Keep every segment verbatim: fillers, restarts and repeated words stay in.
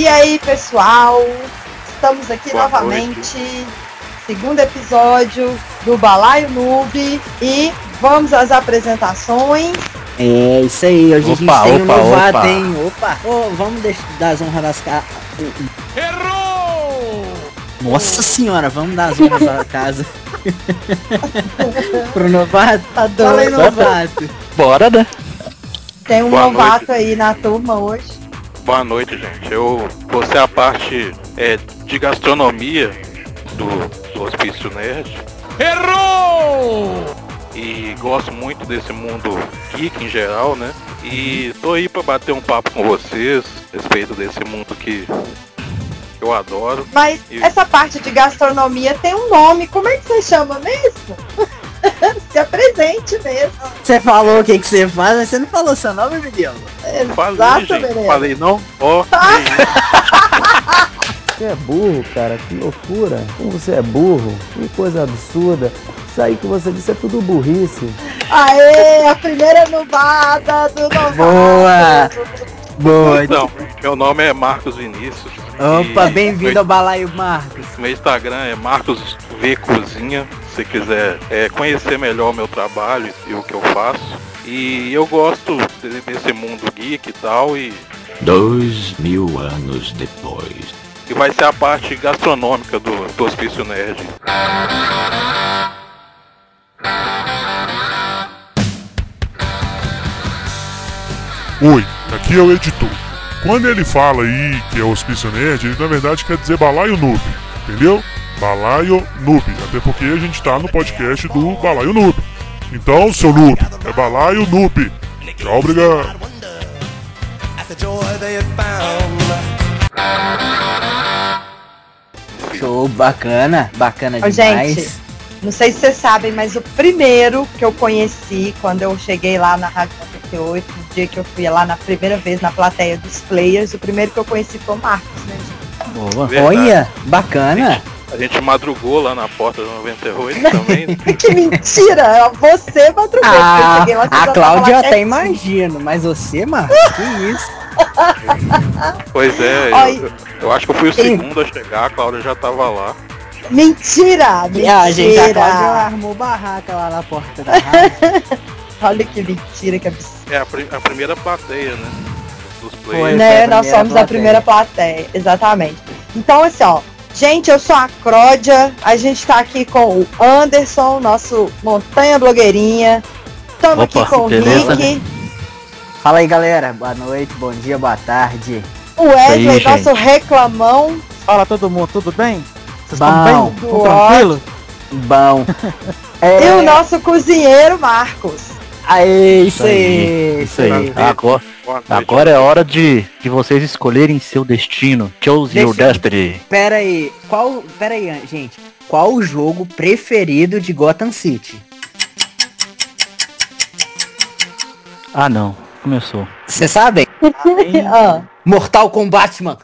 aí, pessoal? Estamos aqui Boa novamente, noite. Segundo episódio do Balaio Noob e vamos às apresentações. É isso aí, hoje Opa, a gente tem opa, um novato, opa. hein? Opa! Ô, vamos deixar, dar as honras das casas. Errou! Nossa senhora, vamos dar as honras da casa. Pro novato? Tá Fala aí, doido. novato. Bora, né? Tem um Boa novato noite. aí na turma hoje. Boa noite, gente. Eu vou ser a parte é, de gastronomia do, do Hospício Nerd. Errou! E gosto muito desse mundo geek em geral, né? E tô aí pra bater um papo com vocês a respeito desse mundo que eu adoro. Mas E- essa parte de gastronomia tem um nome. Como é que você chama mesmo? Se apresente mesmo. Você falou o que que você faz, mas você não falou seu nome, Miguel? Falei, Exato, gente. beleza. Falei, não? Ó, Você é burro, cara, que loucura. Como você é burro, que coisa absurda. Isso aí que você disse é tudo burrice. Aê, a primeira novada do novato. Boa! Boa! então, meu nome é Marcos Vinícius. Opa, e bem-vindo ao Balaio Marcos. Meu Instagram é Marcos V Cozinha, se você quiser é, conhecer melhor o meu trabalho e o que eu faço. E eu gosto de- desse mundo geek e tal, e, Dois mil anos depois. e vai ser a parte gastronômica do, do Hospício Nerd. Oi, aqui é o editor. Quando ele fala aí que é Hospício Nerd, ele na verdade quer dizer Balaio Noob, entendeu? Balaio Noob, até porque a gente tá no podcast do Balaio Noob. Então, seu noob, é Balaio Noob. Tchau, obrigado. Show, bacana, bacana Ô, demais. gente, não sei se vocês sabem, mas o primeiro que eu conheci quando eu cheguei lá na Rádio noventa e oito, no dia que eu fui lá na primeira vez na plateia dos players, o primeiro que eu conheci foi o Marcos, né, gente? Boa. Verdade. Olha, bacana. A gente madrugou lá na porta do noventa e oito também. Que mentira! Você madrugou, porque eu Ah, cheguei lá, você já a tava Cláudia eu lá até quietinho. imagino, mas você, Marcos, que isso? Pois é, Olha. eu, eu acho que eu fui o segundo a chegar, a Cláudia já tava lá. Mentira! Mentira! Ah, gente, a Cláudia armou barraca lá na porta da rádio. Olha que mentira, que absurdo. É a, pri- a primeira plateia, né? Dos Foi. players. Né? a Nós primeira somos a plateia. primeira plateia, exatamente. Então, assim, ó, gente, eu sou a Cródia, a gente tá aqui com o Anderson, nosso montanha blogueirinha. Estamos aqui Opa, com o beleza? Nick, Fala aí, galera. Boa noite, bom dia, boa tarde. o Wesley, aí, nosso gente? reclamão. Fala todo mundo, tudo bem? Vocês Bom. estão bem? Do Estão tranquilos? Bom. E É, o nosso cozinheiro, Marcos. Aê, isso aí. Isso aí. Tá. Agora, Boa noite. agora é hora de, de vocês escolherem seu destino. Choose your Deixa- destiny. Pera aí, qual... Pera aí, gente. Qual o jogo preferido de Gotham City? Ah, não. Começou. Você sabe? Ah, Mortal Kombat, mano.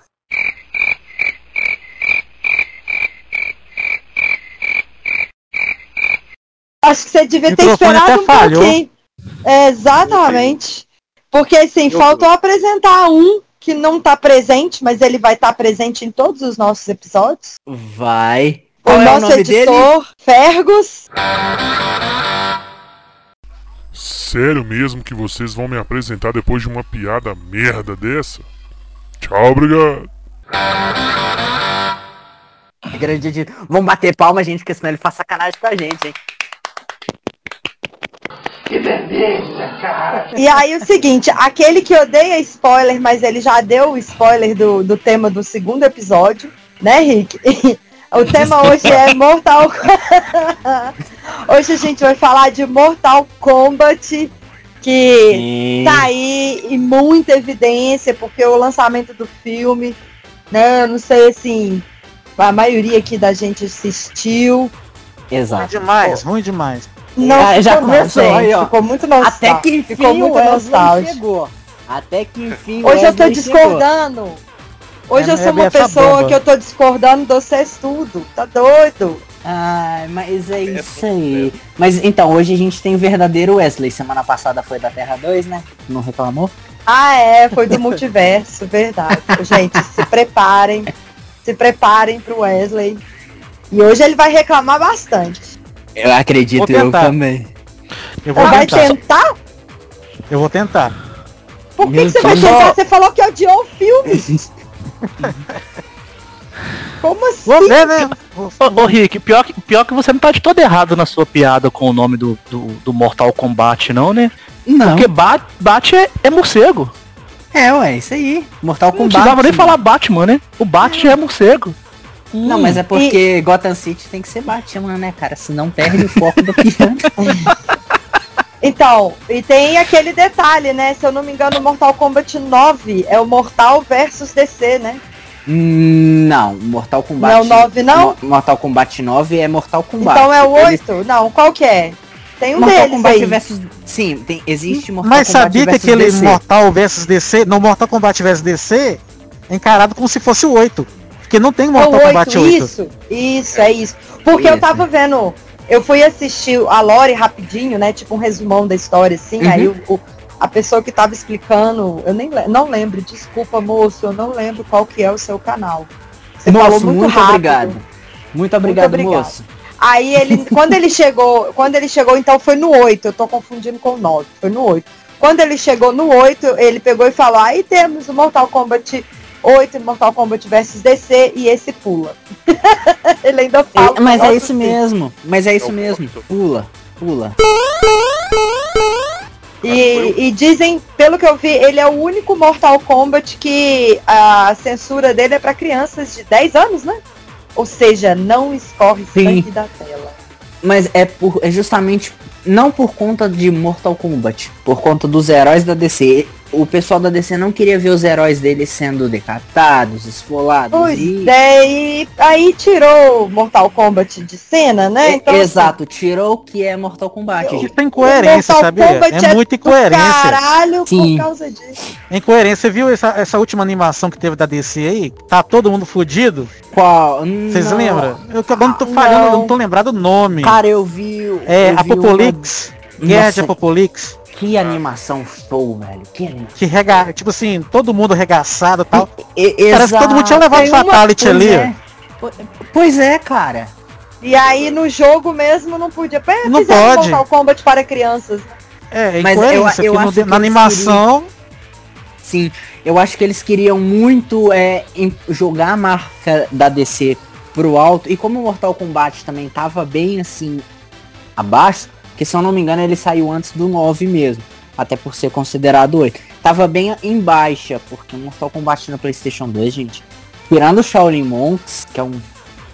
acho que você devia O ter microfone esperado até um falhou. pouquinho. É, exatamente. Porque assim, Eu- faltou apresentar um que não tá presente, mas ele vai estar presente em todos os nossos episódios. Vai. O Qual é o nosso nome dele? editor, Fergus. Sério mesmo que vocês vão me apresentar depois de uma piada merda dessa? Tchau, obrigado. Grande editor. Vamos bater palma, gente, porque senão ele faz sacanagem com a gente, hein? E aí o seguinte, aquele que odeia spoiler, mas ele já deu o spoiler do, do tema do segundo episódio, né, Rick? O tema hoje é Mortal Hoje a gente vai falar de Mortal Kombat, que Sim. tá aí em muita evidência, porque o lançamento do filme, né, eu não sei assim, a maioria aqui da gente assistiu. Ruim Exato. demais, ruim demais. Não Ah, já ficou, não, começou, gente, aí, ó. ficou muito nostálgico. Até que enfim ficou muito o Wesley nostálgico. chegou. Até que enfim o Hoje eu tô Wesley chegou. discordando. Hoje É, eu sou é uma essa pessoa bomba. que eu tô discordando de vocês tudo. Tá doido? Ai, mas é isso aí. Mas então, hoje a gente tem o verdadeiro Wesley. Semana passada foi da Terra dois, né? Não reclamou? Ah, é, foi do multiverso, verdade. Gente, se preparem, se preparem pro Wesley. E hoje ele vai reclamar bastante. Eu acredito, eu também. Eu vou Você vai tentar. tentar? Eu vou tentar. Por que, Meu que você vai Deus. tentar? Você falou que odiou o filme. Como assim? Vou ver, né? Vou- Ô, ô Rick, pior que, pior que você não tá de todo errado na sua piada com o nome do, do, do Mortal Kombat, não, né? Não. Porque Bat, Bat é, é morcego. É, ué, isso aí. Mortal Não Kombat. precisava nem falar Batman, né? O Bat já é morcego. Não, mas é porque Gotham City tem que ser Batman, né, cara? Senão perde o foco do piano. Então, e tem aquele detalhe, né? Se eu não me engano, o Mortal Kombat nove é o Mortal versus D C, né? Hum, não, Mortal Kombat. Não é o nove, não? Mo- Mortal Kombat nove é Mortal Kombat. Então é o Eles- oito? Não, qual que é? Tem um Mortal deles Kombat aí. versus. Sim, tem, existe Mortal Mas Kombat sabia que versus aquele D C. Mortal versus D C, no Mortal Kombat versus D C, é encarado como se fosse o oito. Porque não tem É o Mortal Kombat oito, oito. isso, isso, é isso. Porque eu Isso. tava vendo, eu fui assistir a Lore rapidinho, né? Tipo um resumão da história, assim, Uhum. aí o, o- a pessoa que tava explicando, eu nem le- não lembro, desculpa, moço, eu não lembro qual que é o seu canal. Você Moço, falou muito, rápido. obrigado. Muito obrigado, obrigado. moço. Aí ele, quando ele chegou, quando ele chegou, então foi no oito, eu tô confundindo com o nove, foi no oito. Quando ele chegou no oito, ele pegou e falou, aí temos o Mortal Kombat oito, Mortal Kombat versus D C, e esse pula. Ele ainda fala. É, mas um é negócio isso assim. mesmo. Mas é isso Eu mesmo. gosto. Pula, pula. E, e dizem, pelo que eu vi, ele é o único Mortal Kombat que a censura dele é pra crianças de dez anos, né? Ou seja, não escorre Sim. sangue da tela. Mas é, por, é justamente não por conta de Mortal Kombat, por conta dos heróis da D C. O pessoal da D C não queria ver os heróis deles sendo decapitados, esfolados. Pois e... é, e aí tirou Mortal Kombat de cena, né? É, Então, assim, exato, tirou o que é Mortal Kombat. Isso gente. é incoerência, Mortal sabia? Kombat É muita do incoerência. Caralho, Sim. por causa disso. É incoerência. Você viu essa, essa última animação que teve da D C aí? Tá todo mundo fudido? Qual? Vocês Não. lembram? Eu agora não tô falhando, eu não tô lembrado do nome. Cara, eu vi. é eu vi Apocalypse. uma- Guerra de Nossa, Apocalypse. Que animação show, velho. Que animação. Que rega... tipo assim, todo mundo regaçado e tal. E- Parece que todo mundo tinha exato. levado Tem uma- fatality pois ali. é. Po- Pois é, cara. E aí no jogo mesmo não podia. É, Não fizeram pode. Mortal Kombat para crianças. É, é Mas eu- incoerência, eu porque no- acho que na eles animação. Sim, eu acho que eles queriam muito é, em- jogar a marca da D C pro alto. E como o Mortal Kombat também tava bem assim abaixo, que se eu não me engano ele saiu antes do nove mesmo, até por ser considerado oito. Tava bem em baixa, porque o Mortal Kombat no PlayStation dois, gente, tirando o Shaolin Monks, que é um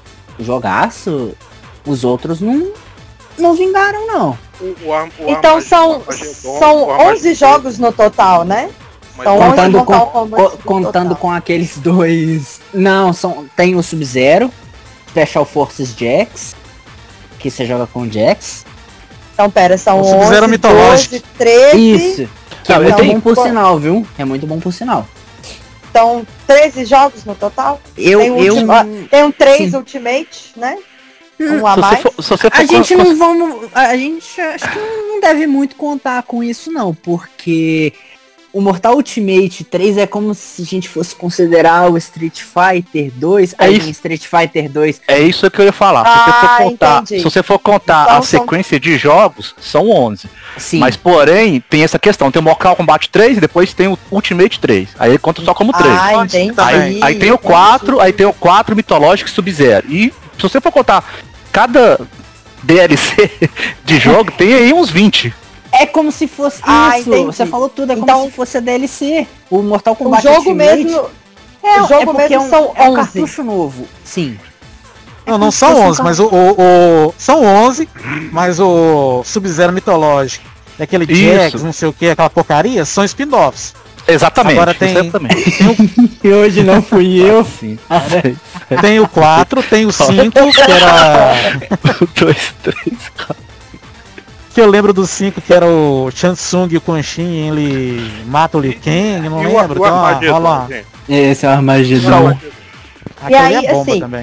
jogaço, os outros não, não vingaram não. O, o, Ar- o Então Armaged- são, o Armagedon- são o Armagedon- onze jogos no total, né? mas São o onze Contando, Mortal com, Kombat co- no contando total. com aqueles dois. Não, são, tem o Sub-Zero, Special Forces Jax, que você joga com o Jax. Então, pera, são O Sub-Zero onze, mitológico. doze, treze. Isso. Que é Não, muito tem- bom por sinal, viu? É muito bom por sinal. Então, treze jogos no total. Eu, Tem um eu. ultima- Tem um três Sim. Ultimate, né? Hum, Um a Se você mais. for, se você for A gente con- não vamos. A gente acho que não deve muito contar com isso, não, porque o Mortal Ultimate três é como se a gente fosse considerar o Street Fighter dois. É Aí isso. em Street Fighter dois. É isso que eu ia falar. Se você Ah, for contar, entendi. se você for contar Então a são- sequência de jogos, são onze. Sim. Mas porém, tem essa questão, tem o Mortal Kombat três e depois tem o Ultimate três. Aí ele conta só como três. Ah, entendi. Aí, aí tem o quatro, aí tem o quatro mitológico e Sub-Zero. E se você for contar cada D L C de jogo, tem aí uns vinte. É como se fosse Ah, isso. entendi. Você falou tudo, é como Então- se fosse a D L C. O Mortal O Kombat jogo Ultimate mesmo. é, o jogo é porque mesmo é um, são é um onze. cartucho novo. Sim. Não, não como se são fosse um onze, mas o, o- o- são onze, mas o Sub-Zero mitológico, e aquele Jax, Isso. não sei o que, aquela porcaria, são spin-offs. Exatamente. Agora tem- exatamente. Tem o, E hoje não fui eu. Sim. tem o quatro, tem o cinco, que era. dois, três, quatro. Que eu lembro do cinco, que era o Shansung e o Quan Chi, ele mata o Liu Kang, não E o, lembro. o Então, ah, Armagedon, rola uma- gente. Esse é o Armagedon. Aquele aí, é bomba assim, também.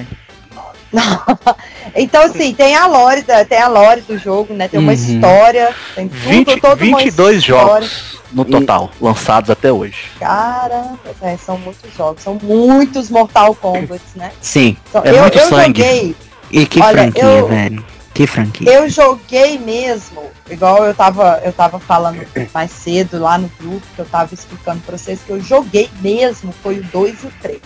Então, assim, tem a lore, da- tem a lore do jogo, né? Tem uma Uhum. história, tem tudo, vinte, toda uma vinte e dois história. jogos. no total, e... lançados até hoje. Caramba, é, são muitos jogos, são muitos Mortal Kombat, né? Sim, então, é eu, muito eu sangue. Joguei, e que olha, franquia, eu, velho. Que franquia. Eu joguei mesmo, igual eu tava, eu tava falando mais cedo lá no grupo, que eu tava explicando pra vocês, que eu joguei mesmo, foi o dois e o três.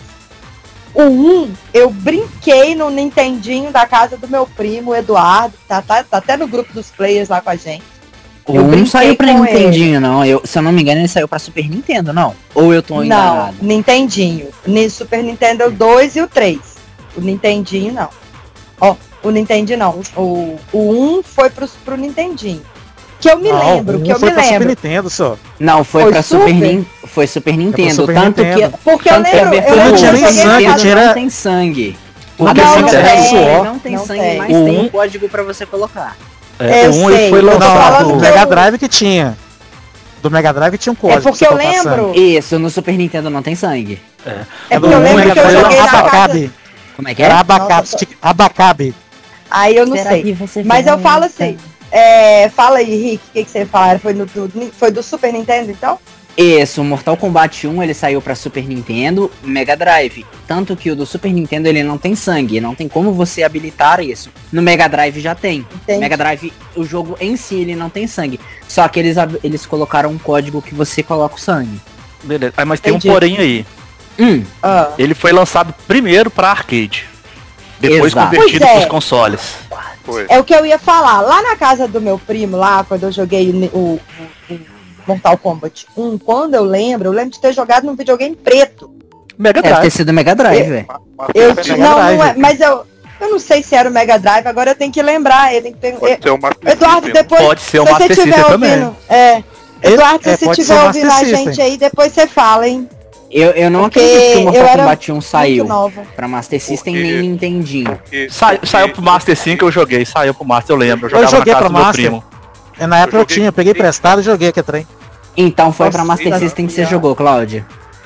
O um, eu brinquei no Nintendinho da casa do meu primo, Eduardo, que tá, tá, tá até no grupo dos players lá com a gente. O um não saiu pra Nintendinho, ele. não. Eu, se eu não me engano, ele saiu pra Super Nintendo, não. Ou eu tô enganado? Não, Nintendinho. Super Nintendo dois e o três. O Nintendinho, não. Ó, o Nintendinho, não. O, o um foi pro, pro Nintendinho. Que eu me não, lembro, um que eu foi me pra lembro. Super Nintendo, só. Não, foi, foi pra Super, Super, Nin... foi Super Nintendo. Super tanto Nintendo. que. Porque tanto eu lembro. Que eu não tinha nem sangue, tinha... não tem sangue. O A não, não, não tem, tem. não tem não sangue, tem. mas o tem um... um código pra você colocar. É, eu um sei, ele foi lançado. Do Mega Drive que tinha. Do Mega Drive tinha um código. É porque eu lembro. Sangue. Isso, no Super Nintendo não tem sangue. É, é porque eu lembro que eu joguei na casa... Como é que é? Era abacabe. Nossa, abacabe. Aí eu não Será sei. Mas eu falo assim. É, fala aí, Rick, o que, que você falaram? Foi, no, do, foi do Super Nintendo, então? Isso, o Mortal Kombat um ele saiu pra Super Nintendo, Mega Drive. Tanto que o do Super Nintendo ele não tem sangue, não tem como você habilitar isso. No Mega Drive já tem. Entendi. Mega Drive, o jogo em si ele não tem sangue. Só que eles, eles colocaram um código que você coloca o sangue. Beleza, ah, mas tem Entendi. um porém aí. Hum. Ah. Ele foi lançado primeiro pra arcade. Depois Exato. convertido é. pros consoles. Foi. É o que eu ia falar. Lá na casa do meu primo, lá, quando eu joguei o, o, o Mortal Kombat um, quando eu lembro, eu lembro de ter jogado num videogame preto. Mega Deve Drive. ter sido Mega Drive, velho. Eu, eu, Mega não, Drive. não é, mas eu, eu não sei se era o Mega Drive, agora eu tenho que lembrar. Ele tem, Pode ser o Master Eduardo, System. depois, Pode ser o se Master você estiver System ouvindo, também. é, Eduardo, É, se você pode ser estiver o ouvindo Master a gente System. aí, depois você fala, hein? Eu, eu não Porque acredito que o eu Mortal era Kombat um saiu nova. pra Master System Porque- nem Nintendinho. Porque- Sa porque- saiu pro Master cinco, eu joguei. Saiu pro Master, eu lembro. Eu Eu jogava joguei na casa pro do meu Master. primo. É, na época eu, joguei- tinha, eu peguei emprestado e joguei aqui trem. Então foi Nossa, pra Master sim. System que você jogou, Cláudia.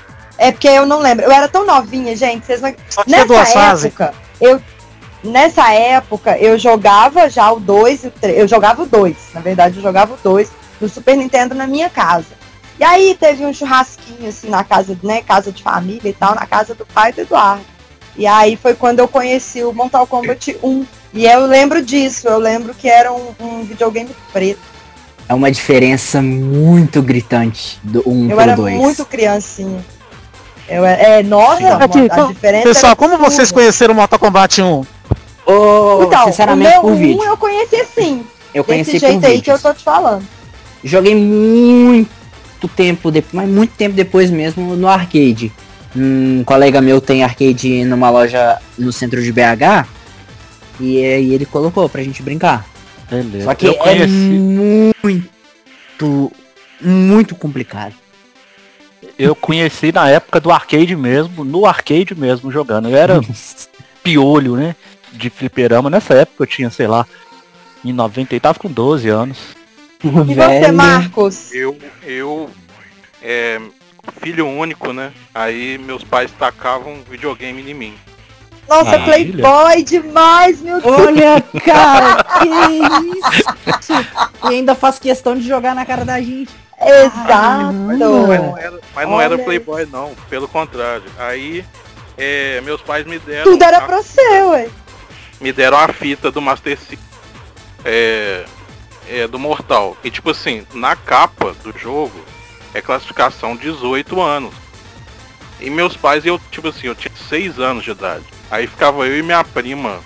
É porque eu não lembro. Eu era tão novinha, gente. Vocês não... Só tinha Nessa duas fases. época, eu nessa época eu jogava já o dois e o três. Eu jogava o dois. Na verdade, eu jogava o dois do Super Nintendo na minha casa. E aí teve um churrasquinho assim na casa, né, casa de família e tal, na casa do pai do Eduardo. E aí foi quando eu conheci o Mortal Kombat um. E eu lembro disso, eu lembro que era um, um videogame preto. É uma diferença muito gritante do um Eu pro era dois. muito criancinha. Eu, é, nossa, Sim. a Aqui, diferença pessoal, era como absurda. vocês conheceram o Mortal Kombat um? Oh, Então, sinceramente, o meu por um vídeo. eu conheci sim. Eu conheci Desse por jeito aí que eu vídeos. tô te falando. Joguei muito tempo depois, mas muito tempo depois mesmo no arcade. Um colega meu tem arcade numa loja no centro de B H e aí ele colocou pra gente brincar. Beleza. Só que eu é conheci, muito, muito complicado. eu conheci na época do arcade mesmo, no arcade mesmo jogando. Eu era piolho, né? De fliperama. Nessa época eu tinha, sei lá, em noventa e tava com doze anos. E você, Marcos? Eu, eu, é, filho único, né? Aí meus pais tacavam videogame em mim. Nossa, Maravilha. Playboy demais, meu Deus. Olha, cara, que isso! E ainda faz questão de jogar na cara da gente. Exato. Mas não era, mas não era Olha Playboy, não. Pelo contrário. Aí é, meus pais me deram. Tudo era a- pra você, ué. me deram a fita do Master System. É, é, do Mortal. E tipo assim, na capa do jogo é classificação dezoito anos. E meus pais, eu, tipo assim, eu tinha seis anos de idade. Aí ficava eu e minha prima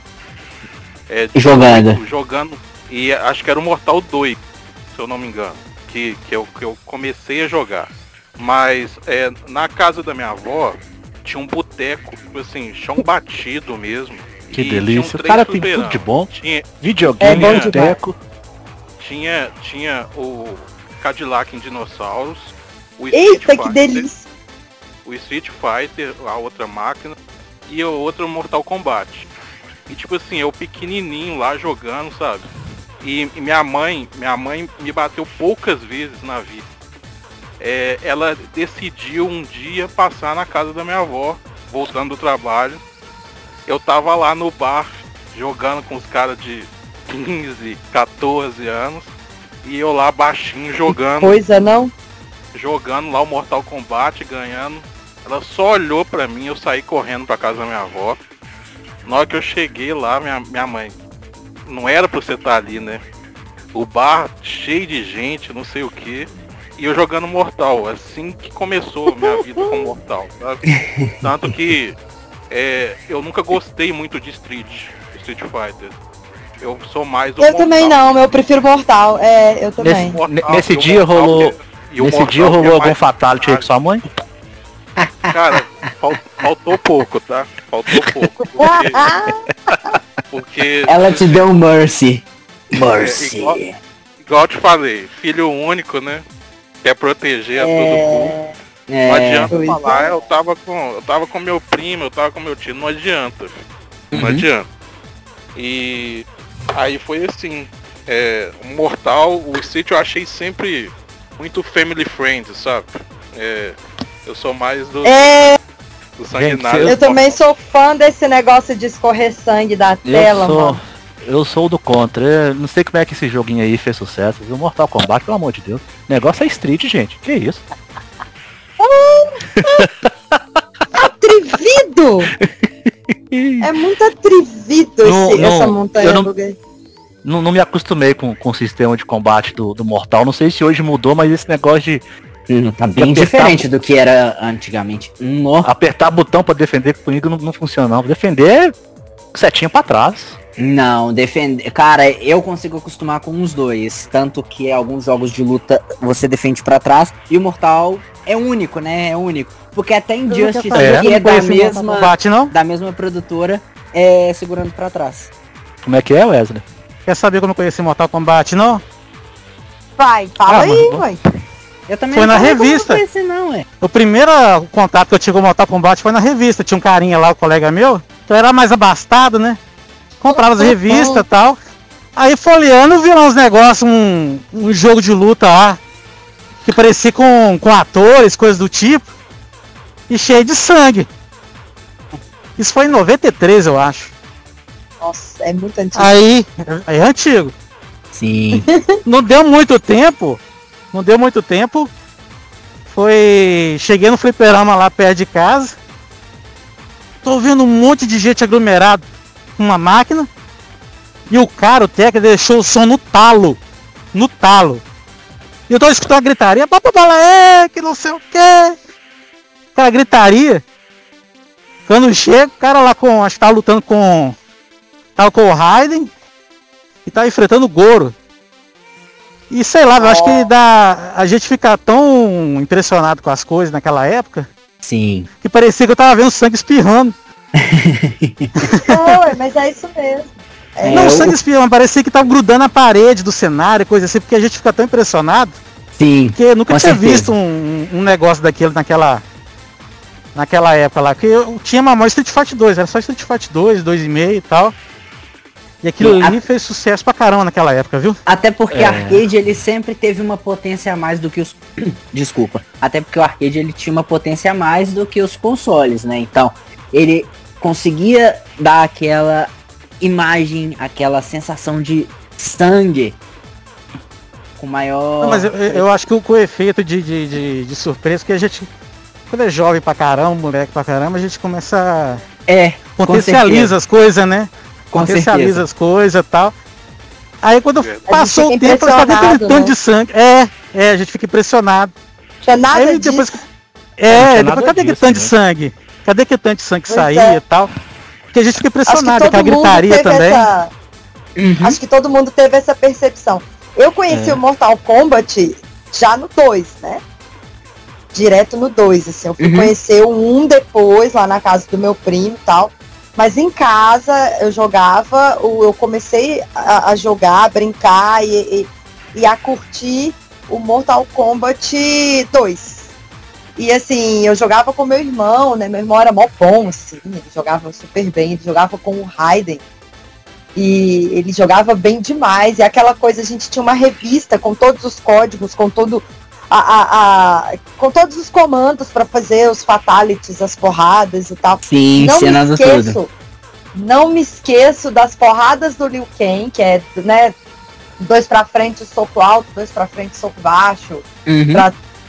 é, Jogando. jogando. E acho que era o Mortal dois, se eu não me engano. Que, que, eu, que eu comecei a jogar. Mas é, na casa da minha avó tinha um boteco, tipo assim, chão batido mesmo. Que E tinham delícia. O três cara tem fliperama. tudo de bom. Tinha, Videogame, É bom demais. boteco. tinha, tinha o Cadillac em Dinossauros, o Street Eita, que Fighter, delícia. o Street Fighter, a outra máquina, e o outro Mortal Kombat. E tipo assim, eu pequenininho lá jogando, sabe? E, e minha mãe, minha mãe me bateu poucas vezes na vida. É, ela decidiu um dia passar na casa da minha avó, voltando do trabalho. Eu tava lá no bar, jogando com os caras de quinze, quatorze anos. E eu lá baixinho jogando. Coisa não? jogando lá o Mortal Kombat, ganhando. Ela só olhou pra mim, eu saí correndo pra casa da minha avó. Na hora que eu cheguei lá, minha, minha mãe, não era pra você estar ali, né? O bar cheio de gente, não sei o que. E eu jogando Mortal, assim que começou a minha vida com Mortal, sabe? Tanto que é, eu nunca gostei muito de Street, Street Fighter. Eu sou mais do Eu Mortal. também não, eu prefiro Mortal. É, eu também. Nesse, Mortal, nesse e o dia Mortal rolou. que é- e o Nesse Mortal dia que é rolou algum mais- fatality aí com sua mãe? Cara, fal- faltou pouco, tá? Faltou pouco. Porque, porque Ela te deu um mercy. é, Mercy. igual, igual eu te falei, filho único, né? Quer proteger a todo custo. Não É, adianta Pois falar, é. eu tava com. Eu tava com meu primo, eu tava com meu tio, não adianta. Não Uhum. adianta. E aí foi assim. É, o Mortal, o Street eu achei sempre muito family friend, sabe? É, eu sou mais do, É, do sanguinário. eu eu também sou fã desse negócio de escorrer sangue da tela, Eu sou, mano. eu sou do contra. Eu não sei como é que esse joguinho aí fez sucesso. O Mortal Kombat, pelo amor de Deus. O negócio é Street, gente. Que isso? Atrevido! É muito atrevido Não, esse, não, essa montanha eu não- do gay. Não, não me acostumei com, com o sistema de combate do, do Mortal. Não sei se hoje mudou, mas esse negócio de hum, tá bem apertar- diferente do que era antigamente. No, apertar botão pra defender comigo não, não funciona não. Defender setinha pra trás. não, defender. Cara, eu consigo acostumar com os dois. Tanto que alguns jogos de luta você defende pra trás. E o Mortal é único, né? É único. Porque até Injustice, É. que é da mesma, Combate, não? da mesma produtora, é segurando pra trás. Como é que é, Wesley? Quer saber como eu conheci Mortal Kombat, não? Vai, fala Ah, aí, mano, mãe. Eu também Foi não na falei como revista. eu conheci, não, é. O primeiro contato que eu tive com o Mortal Kombat foi na revista. Tinha um carinha lá, um colega meu, que eu era mais abastado, né? Comprava as revistas e tal. Aí folheando, eu vi lá uns negócios, um, um jogo de luta lá, que parecia com, com atores, coisas do tipo, e cheio de sangue. Isso foi em noventa e três, eu acho. Nossa, é muito antigo. Aí, aí é antigo. Sim. Não deu muito tempo. Não deu muito tempo. Foi. Cheguei no fliperama lá perto de casa. Tô vendo um monte de gente aglomerado com uma máquina. E o cara, o técnico, deixou o som no talo. No talo. E eu tô escutando a gritaria. Bota bola é, que não sei o que. Aquela gritaria. Quando chega, o cara lá com. Acho que tava lutando com. Tava com o Raiden. E tava enfrentando o Goro. E sei lá, eu acho que dá, a gente fica tão impressionado com as coisas naquela época Sim. que parecia que eu tava vendo sangue espirrando. É, ué, mas é isso mesmo. É, Não É, sangue o- espirrando, parecia que tava grudando na parede do cenário, coisa assim, porque a gente fica tão impressionado, Sim. porque eu nunca Com tinha certeza. visto um, um negócio daquele naquela, naquela época lá. Porque eu tinha memória Street Fighter dois, era só Street Fighter dois, dois e meio e tal. E aquilo Sim, ali fez sucesso pra caramba naquela época, viu? Até porque É. arcade ele sempre teve uma potência a mais do que os. Desculpa. Até porque o arcade ele tinha uma potência a mais do que os consoles, né? Então, ele conseguia dar aquela imagem, aquela sensação de sangue com maior. Não, mas eu, eu acho que o, com o efeito de, de, de, de surpresa, que a gente, quando é jovem pra caramba, moleque pra caramba, a gente começa É, a com potencializa certeza. as coisas, né? Com Potencializa certeza. as coisas e tal. Aí quando Verdade. passou A o gente tempo, fica eu tava aquele impressionado, tanto né? de sangue. É, é, a gente fica impressionado. tinha nada Aí disso. depois. Não É, tinha depois nada cadê aquele disso, tanto de né? sangue? Cadê aquele tanto de sangue que Pois saía é. e tal? Porque a gente fica Acho que impressionado, todo aquela mundo gritaria teve também. essa. Uhum. Acho que todo mundo teve essa percepção. Eu conheci É. o Mortal Kombat já no dois, né? Direto no dois, assim. Eu fui Uhum. conhecer o um depois, lá na casa do meu primo e tal. Mas em casa eu jogava, o- eu comecei a, a jogar, a brincar e, e, e a curtir o Mortal Kombat dois. E assim, eu jogava com meu irmão, né? Meu irmão era mó bom, assim, ele jogava super bem, ele jogava com o Raiden. E ele jogava bem demais. E aquela coisa, a gente tinha uma revista com todos os códigos, com todo a, a, a- com todos os comandos para fazer os fatalities, as porradas e tal. Sim, Não me ensinando tudo. esqueço, não me esqueço das porradas do Liu Kang, que é, né, dois pra frente, soco alto, dois pra frente, soco baixo, Uhum. pra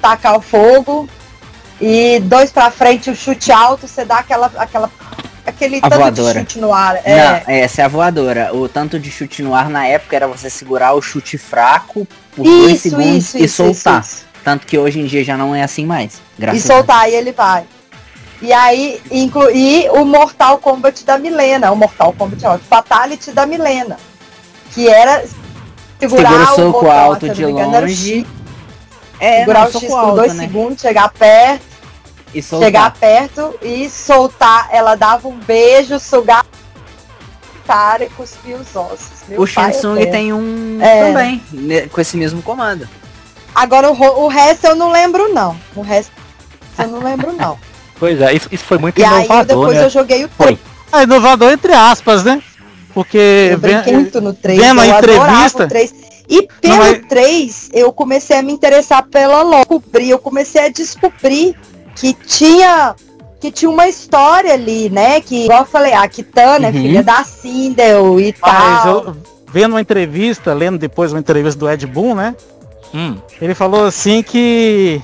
tacar o fogo. E dois pra frente, o chute alto, você dá aquela, aquela, aquele A tanto voadora. de chute no ar. Não, É, essa é a voadora. O tanto de chute no ar na época era você segurar o chute fraco por dois isso, segundos isso, e isso, soltar. isso, isso. Tanto que hoje em dia já não é assim mais. E Graças soltar, e ele vai. E aí, incluir o Mortal Kombat da Milena. O Mortal Kombat, ó, o Fatality da Milena. Que era segurar Segura o o soco botão, alto se eu de não me engano, era o longe. X. É, Segurar não, o X soco por alto, dois né? segundos, chegar perto, E soltar. chegar perto e soltar. Ela dava um beijo, sugar a cara e cuspir os ossos. Meu O Shang pai Tsung eterno. tem um É. também, né, com esse mesmo comando. Agora o, ro- o resto eu não lembro, não. O resto eu não lembro, não. Pois é, isso, isso foi muito E aí inovador, depois né? eu joguei o Foi. três. É inovador entre aspas, né? Porque Eu brinquei vem- muito no três, vendo a eu adorava entrevista- o três. E pelo Não, mas- três, eu comecei a me interessar pela Lore. Descobri- Eu comecei a descobrir que tinha, que tinha uma história ali, né? Que, igual eu falei, a Kitana é Uhum. filha da Sindel e Mas tal. eu, vendo uma entrevista, lendo depois uma entrevista do Ed Boon, né? Hum, Ele falou assim que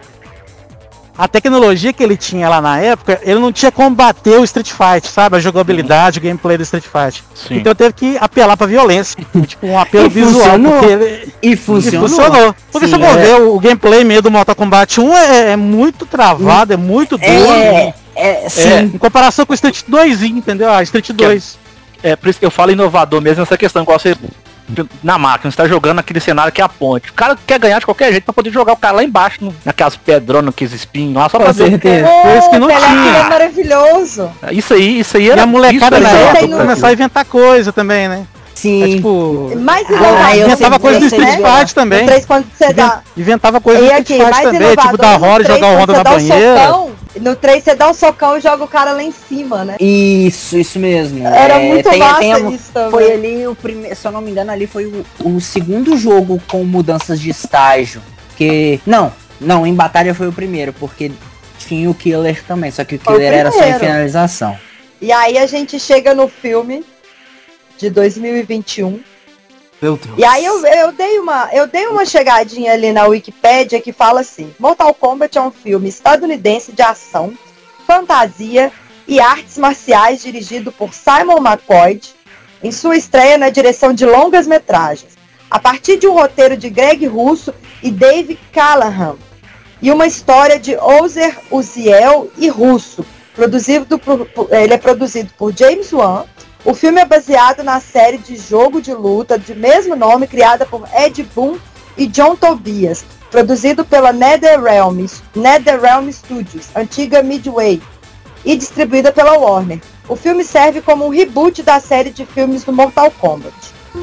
a tecnologia que ele tinha lá na época, ele não tinha como bater o Street Fight, sabe? A jogabilidade, o gameplay do Street Fight. sim. Então teve que apelar pra violência. Tipo, um apelo E visual. funcionou. Porque ele, E e funcionou. funcionou. Porque Sim, se eu for é. ver o, o gameplay meio do Mortal Kombat um é, é muito travado, é muito duro. É, é, sim. Em comparação com o Street dois, entendeu? Ah, Street dois. É por isso que eu falo inovador mesmo nessa questão, igual você na máquina, você tá jogando naquele cenário que é a ponte. O cara quer ganhar de qualquer jeito pra poder jogar o cara lá embaixo, no- naquelas pedronas, naqueles espinhos lá, só Com pra ver. certeza. Foi isso que não Pô, aquilo é tinha. maravilhoso. Isso aí, isso aí E era a molecada isso na era Tem época no- começou a inventar coisa também, né? É Sim. tipo. Mais Ah, inovador. eu Inventava sei- coisa do eu sei Street jogar. Fight também. No três, quando você dá. Inventava coisa do E Street aqui, Fight mais também, inovador tipo da no Rory três, jogar o quando Honda você na dá um banheira. socão, no três você dá um socão e joga o cara lá em cima, né? Isso, isso mesmo. Era É, muito tem- massa tem a- isso também. Foi ali o primeiro, se eu não me engano, ali foi o, o segundo jogo com mudanças de estágio. Que. Não, não, em batalha foi o primeiro, porque tinha o Killer também, só que o Foi o Killer era só em primeiro. finalização. E aí a gente chega no filme de dois mil e vinte e um. Meu Deus. E aí eu, eu, dei uma, eu dei uma chegadinha ali na Wikipédia que fala assim: Mortal Kombat é um filme estadunidense de ação, fantasia e artes marciais dirigido por Simon McCoy em sua estreia na direção de longas metragens, a partir de um roteiro de Greg Russo e Dave Callahan, e uma história de Ozer Uziel e Russo. Produzido por, por- ele é produzido por James Wan. O filme é baseado na série de jogo de luta de mesmo nome, criada por Ed Boon e John Tobias, produzido pela NetherRealm, NetherRealm Studios, antiga Midway, e distribuída pela Warner. O filme serve como um reboot da série de filmes do Mortal Kombat.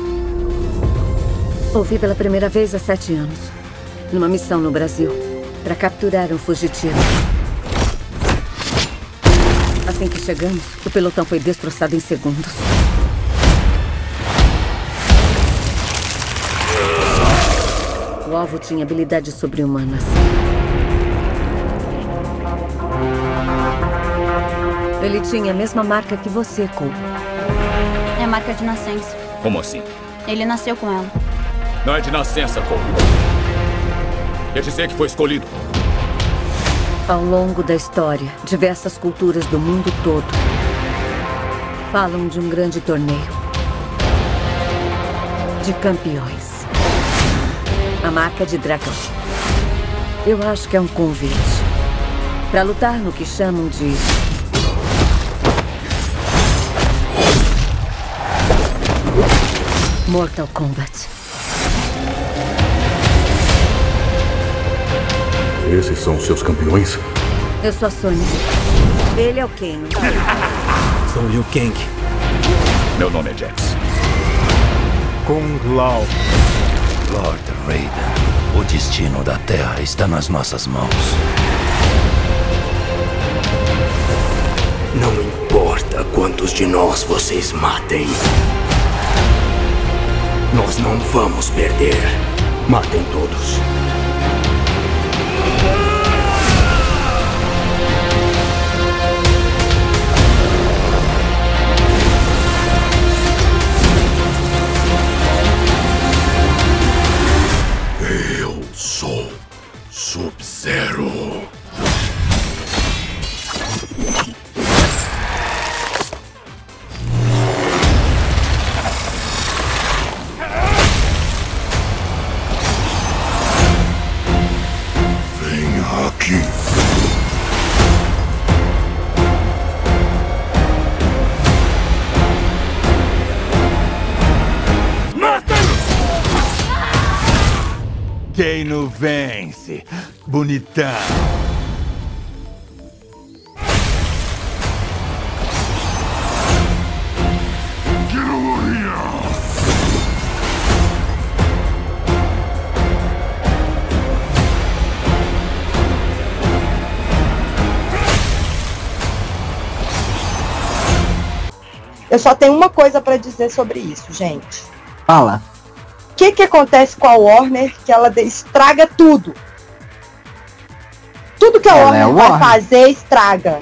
Ouvi pela primeira vez há sete anos, numa missão no Brasil, para capturar um fugitivo. Assim que chegamos, o pelotão foi destroçado em segundos. O alvo tinha habilidades sobre-humanas. Ele tinha a mesma marca que você, Cole. É marca de nascença. Como assim? Ele nasceu com ela. Não é de nascença, Cole. Quer dizer que foi escolhido. Ao longo da história, diversas culturas do mundo todo falam de um grande torneio de campeões. A marca de dragão. Eu acho que é um convite para lutar no que chamam de Mortal Kombat. Esses são os seus campeões? Eu sou a Sonya. Ele é o Kano. Sou Liu Kang. Meu nome é Jax. Kung Lao. Lord Raiden, o destino da Terra está nas nossas mãos. Não importa quantos de nós vocês matem. Nós não vamos perder. Matem todos. Eu sou Sub-Zero. Zero. Vem aqui. Quem não vence? Bonitão. Eu só tenho uma coisa pra dizer sobre isso, gente. Fala. O que que acontece com a Warner que ela estraga tudo? Tudo que a Ela Warner, é vai Warner. fazer, estraga.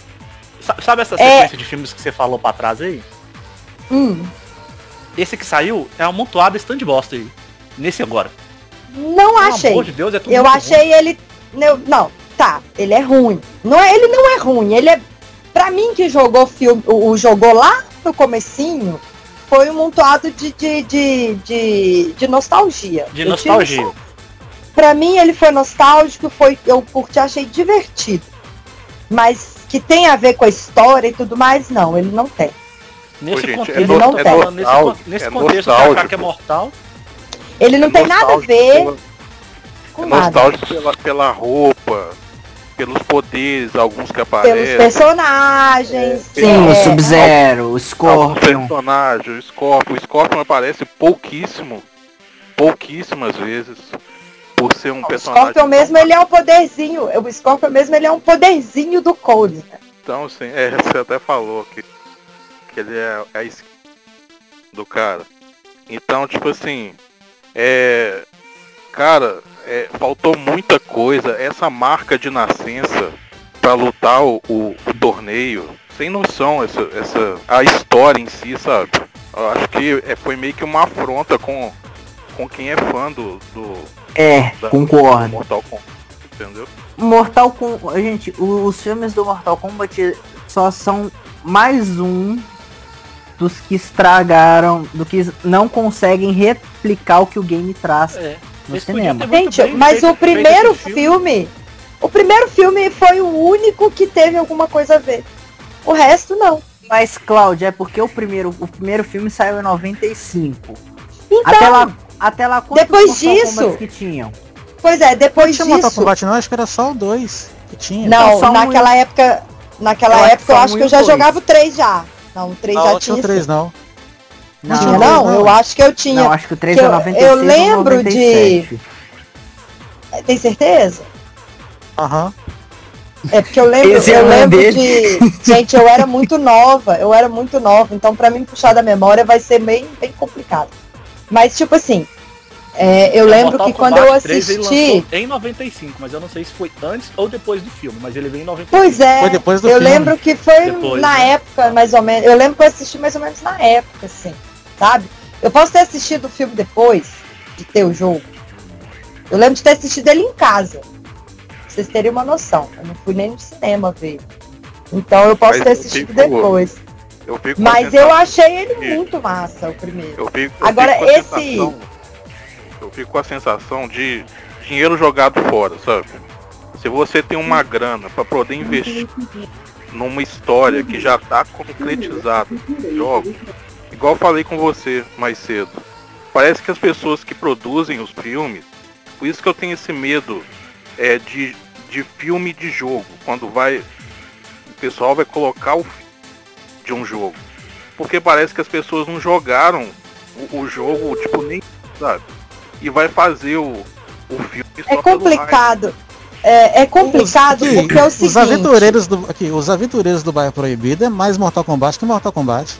Sabe essa É. sequência de filmes que você falou pra trás aí? Hum. Esse que saiu é amontoado stand bosta aí. Nesse agora. Não Pelo achei. amor de Deus, é tudo eu muito achei ele. Não, não, tá. Ele é ruim. Não é, ele não é ruim. Ele é. Pra mim que jogou filme, o, o jogou lá no comecinho, foi um montoado de, de, de, de, de nostalgia. De Eu nostalgia. tive- Pra mim ele foi nostálgico, foi, eu curti, achei divertido. Mas que tem a ver com a história e tudo mais, não, ele não tem. Nesse Ô, gente, contexto, é eu no- tô é falando, nesse, nostálgico, con- nesse é contexto, o nostálgico. cara que é mortal. Ele não tem nada a nostálgico ver pela- com É nada. nostálgico pela, pela roupa, pelos poderes, alguns que Pelos aparecem. personagens. Sim, o é, Sub-Zero, o Alguns Scorpion. personagens, o Scorpion. O Scorpion aparece pouquíssimo, pouquíssimas vezes, por ser um O personagem. Scorpion mesmo, ele é um poderzinho. O Scorpion mesmo, ele é um poderzinho do Cole. Né? Então, assim, é, você até falou que, que ele é a esquerda do cara. Então, tipo assim, é. Cara, é, faltou muita coisa. Essa marca de nascença pra lutar o, o, o torneio. Sem noção, essa, essa, a história em si, sabe? Eu acho que é, foi meio que uma afronta com, com quem é fã do. do É, da- concordo. do Mortal Kombat. Entendeu? Mortal Kombat, gente, o- os filmes do Mortal Kombat só são mais um dos que estragaram, do que não conseguem replicar o que o game traz É. no Eles podiam cinema. ter muito Gente, bem mas feito- o primeiro feito esse filme, o primeiro filme foi o único que teve alguma coisa a ver. O resto não. Mas, Cláudia, é porque o primeiro, o primeiro filme saiu em noventa e cinco. Então, Até lá, até lá quantos depois Mortal disso- Kombats que tinham? pois é, Não depois tinha Mortal disso. Kombat não, acho que era só o dois que tinha. Não, Só um naquela época, naquela Eu acho que época eu só acho um que e eu o já dois. jogava o três já. Não, o três Não, já não tinha tinha. o três não. Não, Tinha, tinha o não, três, eu acho que eu tinha. Não, acho que o três que é eu- noventa e eu seis ou lembro noventa e sete. Tem certeza? Aham. É porque eu lembro, Esse é eu o lembro dele. de. Gente, eu era muito nova, eu era muito nova, então pra mim puxar da memória vai ser bem, bem complicado. Mas tipo assim, é, eu O lembro Mortal que quando Kombat eu três, ele assisti. lançou em noventa e cinco, mas eu não sei se foi antes ou depois do filme, mas ele veio em noventa e cinco. Pois é, Foi depois do eu filme. lembro que foi Depois, na né? época, mais ou menos. Eu lembro que eu assisti mais ou menos na época, assim, sabe? Eu posso ter assistido o filme depois de ter o jogo. Eu lembro de ter assistido ele em casa. Pra vocês terem uma noção. Eu não fui nem no cinema ver. Então eu posso Mas ter eu assistido fico- depois. Eu fico com a Mas eu sensação achei ele de- muito massa, o primeiro. Eu fico, eu Agora, fico com a esse- sensação- eu fico com a sensação de dinheiro jogado fora, sabe? Se você tem uma grana para poder investir numa história que já tá concretizada, jogo, igual eu falei com você mais cedo, parece que as pessoas que produzem os filmes, por isso que eu tenho esse medo é, de, de filme de jogo, quando vai, o pessoal vai colocar o fi- de um jogo, porque parece que as pessoas não jogaram o, o jogo, tipo, nem, sabe? E vai fazer o, o filme só É pelo complicado. É, é complicado Aqui, porque é o os seguinte. aventureiros do aqui, os aventureiros do Bairro Proibido é mais Mortal Kombat que Mortal Kombat.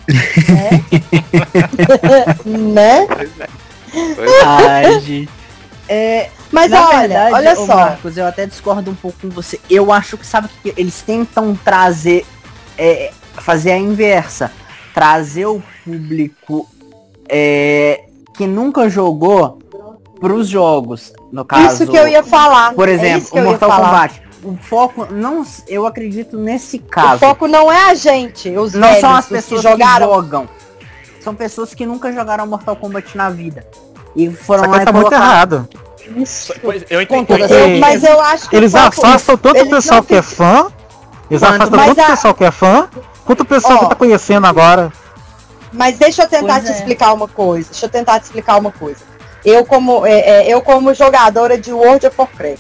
Né? Ai, gente. É, mas Na olha, verdade, olha ô só. Marcos, eu até discordo um pouco com você. Eu acho que, sabe, que eles tentam trazer, é, fazer a inversa. Trazer o público é, que nunca jogou pros jogos, no caso... Isso que eu ia falar. Por exemplo, é o Mortal Kombat. O foco, não, eu acredito nesse caso. O foco não é a gente, os Não velhos, são as os pessoas que que, jogaram. jogam. São pessoas que nunca jogaram Mortal Kombat na vida. E foram Essa lá coisa e tá muito colocaram... errado. Isso. Pois, eu entendi. toda Eu- mas eu acho que Eles o foco- afastam tanto o eles pessoal não que é ficam- fã, eles Quanto- afastam mas tanto o a- pessoal que é fã, quanto o pessoal Ó. que tá conhecendo agora. Mas deixa eu tentar Pois te é. explicar uma coisa. Deixa eu tentar te explicar uma coisa. Eu como, é, é, eu como jogadora de World of Warcraft,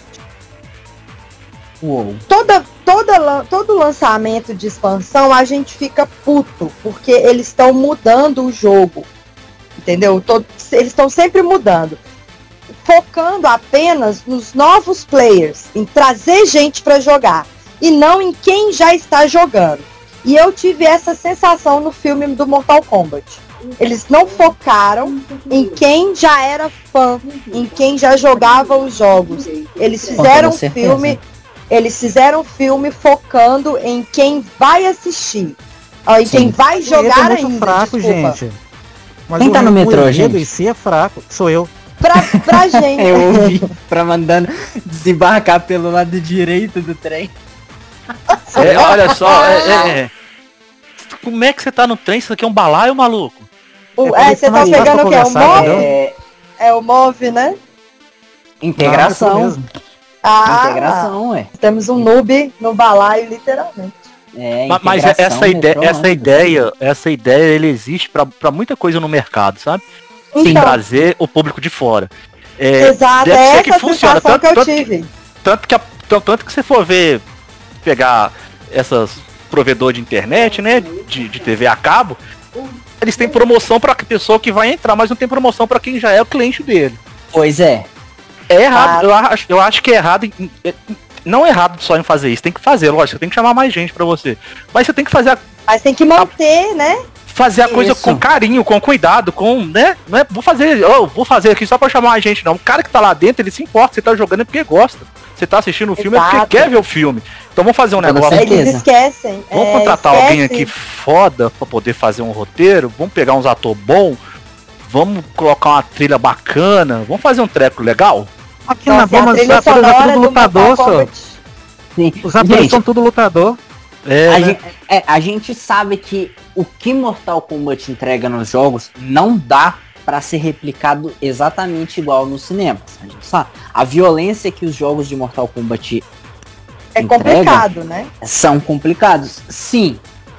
Uou. toda, toda, lan- todo lançamento de expansão a gente fica puto, porque eles estão mudando o jogo. Entendeu? Todo- eles estão sempre mudando. Focando apenas nos novos players, em trazer gente para jogar, e não em quem já está jogando. E eu tive essa sensação no filme do Mortal Kombat. Eles não focaram em quem já era fã, em quem já jogava os jogos. Eles fizeram um toda certeza. filme, eles fizeram um filme focando em quem vai assistir, ó, em Sim. quem vai O enredo jogar é muito ainda. fraco, desculpa. gente. Mas Quem o- tá no o metrô, enredo gente? em si é fraco. Sou eu. Pra, pra gente. Eu ouvi pra mandando desembarcar pelo lado direito do trem. É, olha só, é, é, é. Como é que você tá no trem? Isso aqui é um balaio, maluco? O- É é, você tá mais fácil pegando o que? É o conversar, MOV? entendeu? É, É o MOV, né? integração. Não, é isso mesmo. Ah, Integração, ué. temos um noob no balaio, literalmente. É, Ma- Mas integração, essa ideia, metrô, essa né? ideia, essa ideia, ele existe pra, pra muita coisa no mercado, sabe? Sem Então. trazer o público de fora. É, Exato, deve é ser essa que a funciona. sensação Tanto, que eu tanto, tive. tanto que a- tanto, tanto que você for ver, pegar essas provedor de internet, né, de, de T V a cabo, eles têm promoção pra pessoa que vai entrar, mas não tem promoção pra quem já é o cliente dele. Pois é. É errado, Ah. eu, acho, eu acho que é errado, em- é- não é errado só em fazer isso, tem que fazer, lógico, você tem que chamar mais gente pra você. Mas você tem que fazer a, Mas tem que manter, né? fazer a coisa Isso. com carinho, com cuidado, com, né, não é, vou fazer, oh, vou fazer aqui só pra chamar mais gente, não. O cara que tá lá dentro, ele se importa, você tá jogando é porque gosta. Você tá assistindo o filme é Exato. porque quer ver o filme. Então vamos fazer um Toda negócio. certeza. Eles esquecem. Vamos é, contratar esquece. alguém aqui foda pra poder fazer um roteiro. Vamos pegar uns atores bons. Vamos colocar uma trilha bacana. Vamos fazer um treco legal? Aqui na Nossa, a Boma os trilha atores é sonora tudo do lutador, Mortal só. Kombat. Sim. Os atores Gente, são tudo lutador. É, a, né? gente, é, a gente sabe que o que Mortal Kombat entrega nos jogos não dá pra ser replicado exatamente igual nos cinemas. A gente sabe. A violência que os jogos de Mortal Kombat É entrega complicado, né? são complicados. Sim.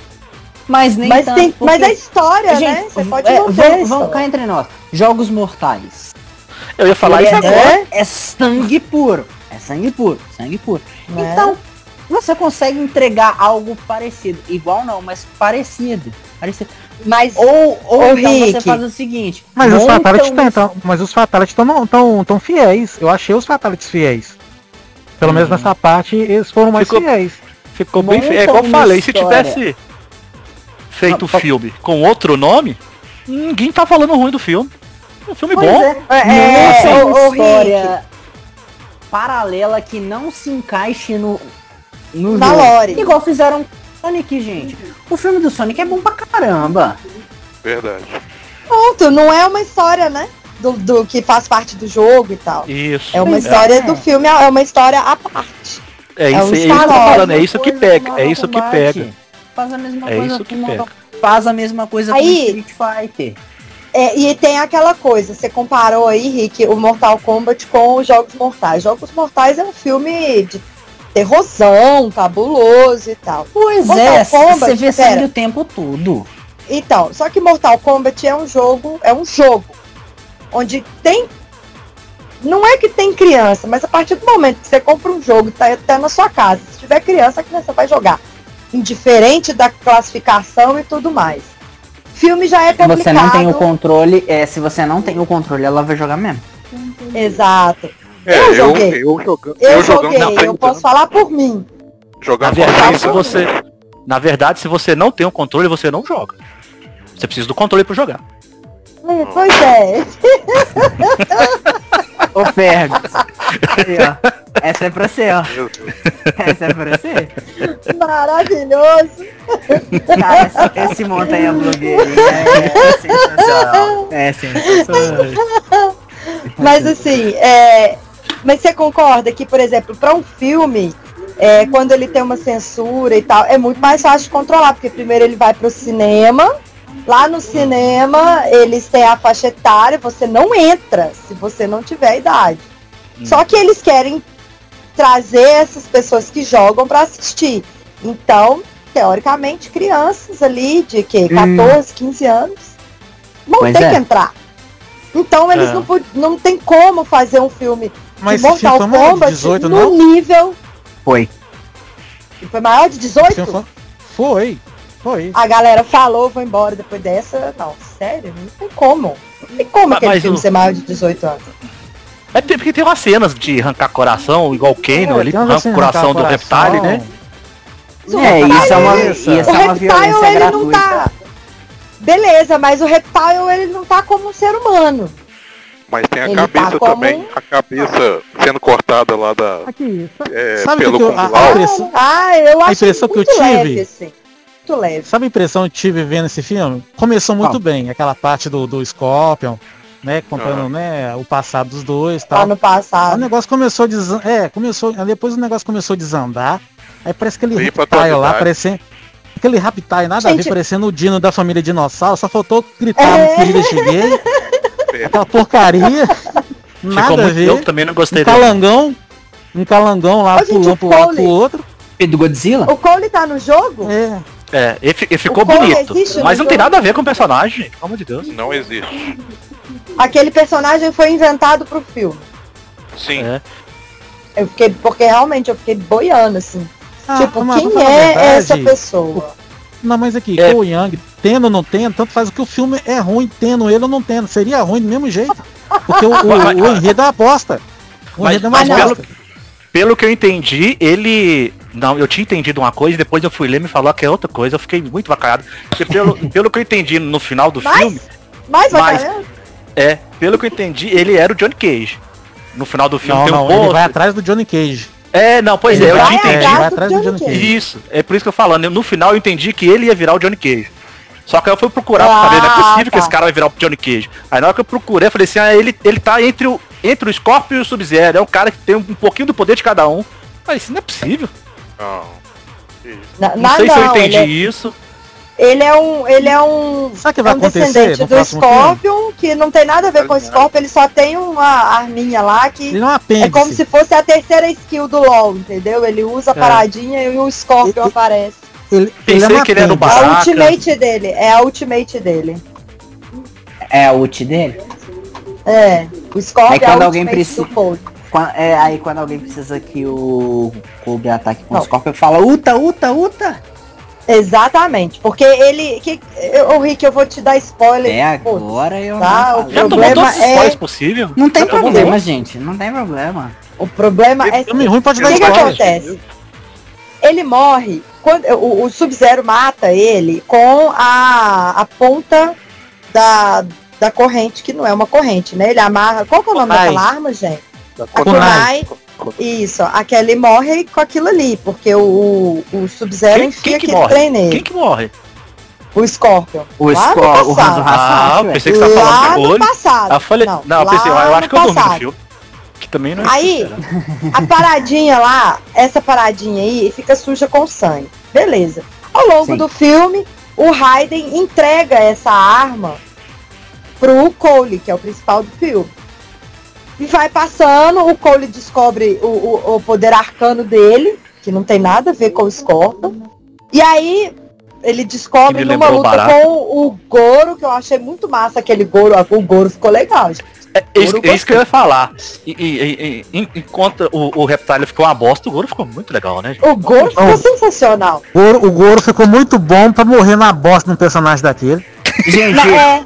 Mas nem Mas, tanto, tem, mas porque- a história, né? Gente, Você pode é, manter a vamos, vamos história. cá entre nós. Jogos mortais. Eu ia falar Ele isso é, agora. é sangue puro. É sangue puro, sangue puro. Né? Então, você consegue entregar algo parecido. Igual não, mas parecido. Parecido. Mas, Ou, ou Ô, então você Rick. faz o seguinte. Mas os monta Fatalities uma- tão, tão, mas os Fatalities estão tão, tão fiéis. Eu achei os Fatalities fiéis. Pelo menos nessa parte eles foram mais Ficou- fiéis. Ficou bem monta feio. É igual eu uma falei, se história. tivesse feito o Não, filme com outro nome, ninguém tá falando ruim do filme. É um filme Pois bom. é. É, Monta é, uma ô, ô, história paralela que não se encaixe no, no Na jogo. lore. Igual fizeram com Sonic, gente. O filme do Sonic é bom pra caramba. Verdade. ponto, não é uma história, né? Do, do que faz parte do jogo e tal. Isso. É uma Pois história é. do filme, é uma história à parte. É é isso, um é isso que eu tô Star falando, é Mesma isso que coisa pega, do é Mortal isso que Kombat. pega. Faz a mesma É coisa isso que com Mortal pega. Faz a mesma coisa com Aí- Street Fighter. É, e tem aquela coisa, você comparou aí, Rick, o Mortal Kombat com os Jogos Mortais. Jogos Mortais é um filme de terrorzão, cabuloso e tal. Pois Mortal é, Kombat, você vê pera. sangue o tempo todo. Então, só que Mortal Kombat é um jogo, é um jogo onde tem, não é que tem criança, mas a partir do momento que você compra um jogo e tá até na sua casa, se tiver criança, a criança vai jogar, indiferente da classificação e tudo mais. Filme já é Se complicado. você não tem o controle, é, se você não tem o controle, ela vai jogar mesmo. Exato. É, Eu eu, joguei. eu jogando. Eu, jogando joguei, na eu frente, posso falar por mim. Na Jogando verdade, se fora, você, na verdade, se você não tem o controle, você não joga. Você precisa do controle pra jogar. É, pois é. Ô Fergus. Aí, ó. Essa é pra você, ó. Essa é pra você. Maravilhoso. Cara, esse, esse montanha blogueirinha é sensacional. É sensacional. Mas assim, é... mas você concorda que, por exemplo, para um filme, é, quando ele tem uma censura e tal, é muito mais fácil de controlar, porque primeiro ele vai pro cinema, lá no cinema eles têm a faixa etária, você não entra se você não tiver idade. Hum. Só que eles querem trazer essas pessoas que jogam para assistir. Então, teoricamente, crianças ali de que, catorze, quinze anos vão Pois ter é. que entrar. Então eles É. não, pod- não tem como fazer um filme Mas de esse filme Mortal foi maior de Kombat dezoito, no não? nível... Foi. Foi maior de Esse filme dezoito? Foi. Foi. foi. A galera falou, vou embora depois dessa. Não, sério, não tem como. Não tem como Mas- aquele mas filme o- ser maior de dezoito anos. É porque tem umas cenas de arrancar coração, igual o Kano É, ali, tem umas arranca o cenas de coração do arrancar Reptile, coração. né? É, isso é uma, Isso. isso O é uma Reptile, violência ele gratuita. não tá... Beleza, mas o Reptile, ele não tá como um ser humano. Mas tem a Ele cabeça tá como- também, a cabeça sendo cortada lá da. Aqui, é, sabe pelo que eu- a- Kung Lao. a impressão- Ah, eu A acho impressão que eu muito leve, tive- assim. Muito leve. Sabe a impressão que eu tive vendo esse filme? Começou muito Ah. bem, aquela parte do, do Scorpion, né? Contando Ah. né, o passado dos dois e Lá tal. no Aí o passado. negócio começou a desandar. É, começou. aí Depois o negócio começou a desandar. Aí parece aquele Veio pra Reptile lá, atualidade. parecendo. Aquele Reptile, nada a ver, Gente- parecendo o Dino da família Dinossauro, só faltou gritar É. no querido cheguei. Aquela porcaria. Nada Ficou a muito, ver. eu também não gostei Um dele. calangão. Um calangão lá, Ô, gente, pulando o pro lado Cole- pro outro. E do Godzilla? O Cole tá no jogo? É. É, ele, fi- ele ficou O Cole bonito, existe no mas não tem jogo? nada a ver com o personagem, gente, pelo amor de Deus. Não existe. Aquele personagem foi inventado pro filme. Sim. É. Eu fiquei, porque realmente eu fiquei boiando, assim. Ah, tipo, mas quem pra falar a é verdade, essa pessoa? Não, mas aqui, É. o Yang, tendo ou não tendo, tanto faz o que o filme é ruim, tendo ele ou não tendo. Seria ruim do mesmo jeito. Porque o, o, Mas- o enredo é uma aposta. O Mas, enredo é uma mas aposta. pelo, pelo que eu entendi, ele. Não, eu tinha entendido uma coisa, depois eu fui ler e me falou que é outra coisa, eu fiquei muito vacaiado. Porque pelo, pelo que eu entendi no final do Mais? filme, Mais Mas- bacana? é, pelo que eu entendi, ele era o Johnny Cage. No final do filme Não, tem um não, ele posto. vai atrás do Johnny Cage. É, não, pois Ele é, eu vai tinha É, ele entendido. vai atrás do Johnny Cage. Isso, é por isso que eu falando. eu- No final eu entendi que ele ia virar o Johnny Cage. Só que aí eu fui procurar pra saber, não é Ah, possível que tá. esse cara vai virar o Johnny Cage. Aí na hora que eu procurei, eu falei assim, ah, ele, ele tá entre o, entre o Scorpion e o Sub-Zero. É um cara que tem um, um pouquinho do poder de cada um. Mas isso não é possível. Não. Na- Não na- sei se eu não, entendi ele é- isso. Ele é um. Ele é um. Sabe o que é vai um acontecer descendente no do próximo Scorpion, que não tem nada a ver com o Scorpion, ele só tem uma arminha lá que. Ele é um É apêndice. como se fosse a terceira skill do LoL, entendeu? Ele usa a paradinha e o Scorpion E- e- aparece. Ele, Pensei ele é um que ele era o apêndice. É a Baraka. ultimate dele, é a ultimate dele. É a ult dele? É, o Scorpion Aí quando é a alguém ultimate precisa- do Cold. Qua- é, aí quando alguém precisa que o Kobe ataque com Não. o Scorpion, fala Uta, Uta, Uta. Exatamente, porque ele. Que, eu, Rick, eu vou te dar spoiler. É, foda-se, agora eu tá? não O falei. Já tomou problema todos os é- spoilers possível? Não tem Já tomou problema, todos. gente. Não tem problema. O problema é. Filme ruim pode O dar que, que spoiler. acontece? Ele morre. Quando, o o Sub-Zero mata ele com a, a ponta da, da corrente, que não é uma corrente, né? Ele amarra. Qual que é o nome Kunai. daquela arma, gente? A Kunai. Kunai. Isso, aquele morre com aquilo ali, porque o, o Sub-Zero Quem, enfia quem que aquele morre? trem nele. Quem que morre? O Scorpion. O Lá no Scorpion, o passado. Hanzo Ah, Hasashi, eu pensei que você tava Lá falando do no olho. passado. Ah, eu falei, não, eu lá pensei, eu acho no que eu dormi no passado. filme. Que também não é Aí, sincero. a paradinha lá, essa paradinha aí, fica suja com sangue. Beleza. Ao longo Sim. do filme, o Raiden entrega essa arma pro Cole, que é o principal do filme. E vai passando, o Cole descobre o, o, o poder arcano dele, que não tem nada a ver com o Scorpion. E aí, ele descobre Que me numa lembrou luta Baraka. com o Goro, que eu achei muito massa aquele Goro. O Goro ficou legal, gente. É, é isso, Goro é isso que eu ia falar. E, e- e- e- enquanto o, o Reptile ficou uma bosta, o Goro ficou muito legal, né, gente? O Goro ficou Oh. sensacional. O Goro, o Goro ficou muito bom pra morrer na bosta num personagem daquele. Gente, Não, é,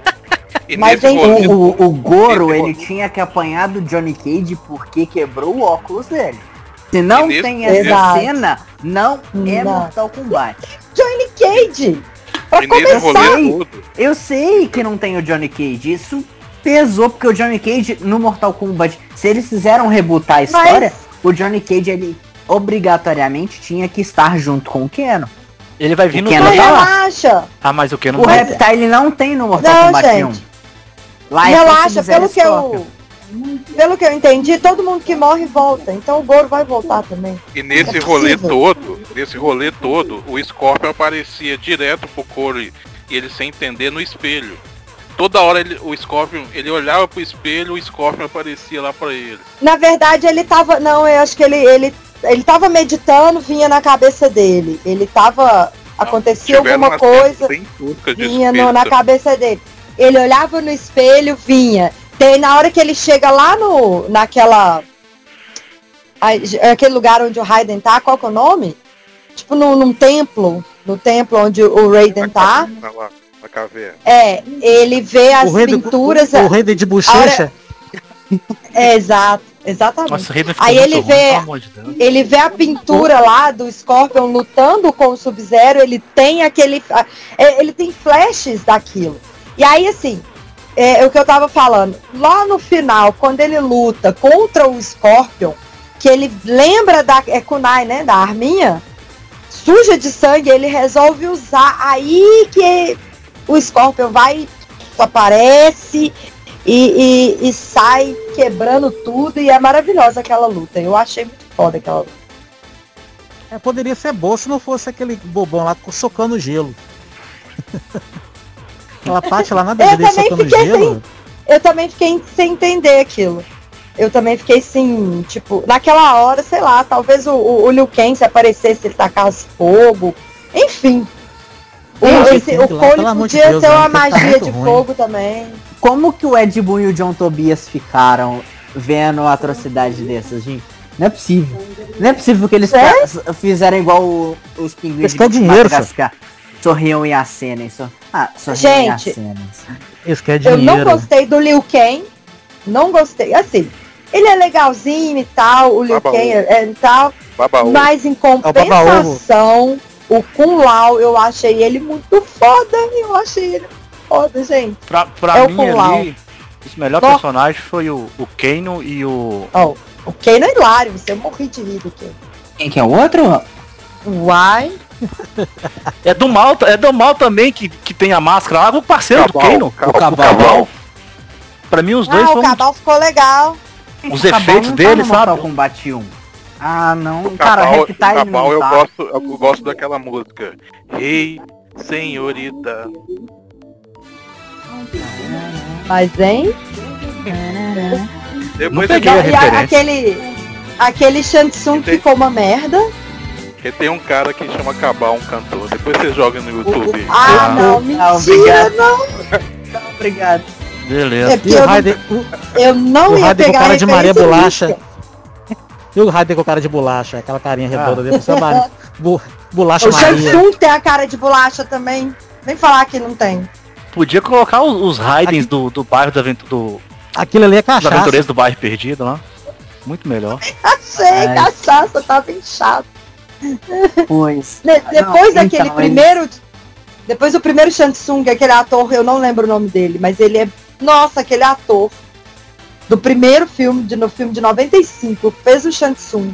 E Mas, nesse gente, rolê- o, o, o Goro, Esse- ele tinha que apanhar do Johnny Cage porque quebrou o óculos dele. Se não E nesse- tem essa Exato. cena, não é Não. Mortal Kombat. Johnny Cage. Pra E nesse começar, rolê todo, Eu sei que não tem o Johnny Cage, isso pesou, porque o Johnny Cage no Mortal Kombat, se eles fizeram rebootar a história, o Johnny Cage, ele obrigatoriamente tinha que estar junto com o Keno. Ele vai vir O no Ken mas não tá lá. relaxa. Ah, mas o que não O vai. Reptile não tem no Mortal Não, Kombat gente. um. Lá é só Relaxa, Sub-Zero pelo que e Scorpion. eu pelo que eu entendi, todo mundo que morre volta. Então o Goro vai voltar também. E nesse é rolê todo, nesse rolê todo, o Scorpion aparecia direto pro Goro e ele sem entender no espelho. Toda hora ele, o Scorpion, ele olhava pro espelho, o Scorpion aparecia lá pra ele. Na verdade, ele tava. Não, eu acho que ele, ele, ele tava meditando, vinha na cabeça dele. Ele tava. Acontecia Tiveram alguma umas coisa, cenas bem turcas de vinha no, espelho na também. cabeça dele. Ele olhava no espelho, vinha. Tem, na hora que ele chega lá no. naquela. a- aquele lugar onde o Raiden tá, qual que é o nome? Tipo num, num templo. No templo onde o Raiden tá. Na, lá, na caverna. É, ele vê as O rei do- pinturas. o- o rei de bochecha. É, exato, exatamente. Nossa, o Raiden ficou Aí muito ele ruim, vê, pelo amor de Deus. ele vê a pintura lá do Scorpion lutando com o Sub-Zero, ele tem aquele, ah, é, ele tem flashes daquilo. E aí assim, é, é o que eu tava falando, lá no final, quando ele luta contra o Scorpion, que ele lembra da é kunai, né, da arminha, suja de sangue, ele resolve usar, aí que o Scorpion vai, aparece e, e, e sai quebrando tudo, e é maravilhosa aquela luta. Eu achei muito foda aquela luta. É, poderia ser bom se não fosse aquele bobão lá socando gelo. Aquela parte lá nada a Eu ver também socando fiquei gelo. sem, eu também fiquei sem entender aquilo. Eu também fiquei assim, tipo, naquela hora, sei lá, talvez o, o, o Liu Kang se aparecesse, ele tacasse fogo, enfim. O, Gente, esse, Kang o lá, Cole pelo amor de podia Deus, ser né? uma Ele tá magia muito de ruim. fogo também. Como que o Ed Boon e o John Tobias ficaram vendo uma atrocidade dessas, gente? Não é possível. Não é possível que eles É? fa- fizeram igual o- os pinguins Eles de querem dinheiro, Madagascar. Sorriam e acenem. Só... Ah, sorriam e Gente, acenem. Eles querem Eu não dinheiro. gostei do Liu Kang. Não gostei. Assim, ele é legalzinho e tal, o Liu Baba Kang ovo. é, é, e tal. Baba ovo. Mas em Baba compensação, o Kung Lao, eu achei ele muito foda. Eu achei ele foda, gente. Pra, pra É o mim Kung Lao. ali, os melhores Nó. personagens foi o, o Kano e o. Ó, o Kano é hilário, você morri de rir do Kano. Quem que é o outro? Uai. É do mal, é do mal também que, que tem a máscara lá, o parceiro Cabal, do Kano, Cabal, o Cabal. Cabal. Pra mim os dois Ah, o foram Cabal ficou legal. os O Cabal efeitos não dele, tá no Mortal sabe? Kombat um. Ah, não. O Cara, Cabal, o Reptile Cabal não eu tá. gosto, eu gosto daquela música. Rei, senhorita. Mas, hein? Não Depois peguei a E a- referência. aquele, aquele Shansung Tem- ficou uma merda. Porque tem um cara que chama Cabal, um cantor. Depois você joga no YouTube. Ah, não, Ah, mentira, obrigado. não. Não, obrigado. Beleza. É porque E o eu, Raiden, o, não, eu não o ia Raiden com pegar a cara de Maria referência Bolacha. mística. E o Raiden com cara de bolacha, aquela carinha redonda Ah. dele. Você vai- bu- Bolacha O Maria. Shansung tem a cara de bolacha também. Vem falar que não tem. Podia colocar os, os Raidens do, do bairro do, aventu, do, Aquilo ali é dos cachaça. aventureiros do bairro perdido lá. Muito melhor. Achei, Ai. cachaça, tava inchado. Pois. De- depois Não, daquele então, primeiro. Depois do primeiro Shansung, aquele ator, eu não lembro o nome dele, mas ele é. Nossa, aquele ator. Do primeiro filme, de, no filme de noventa e cinco, fez o Shansung.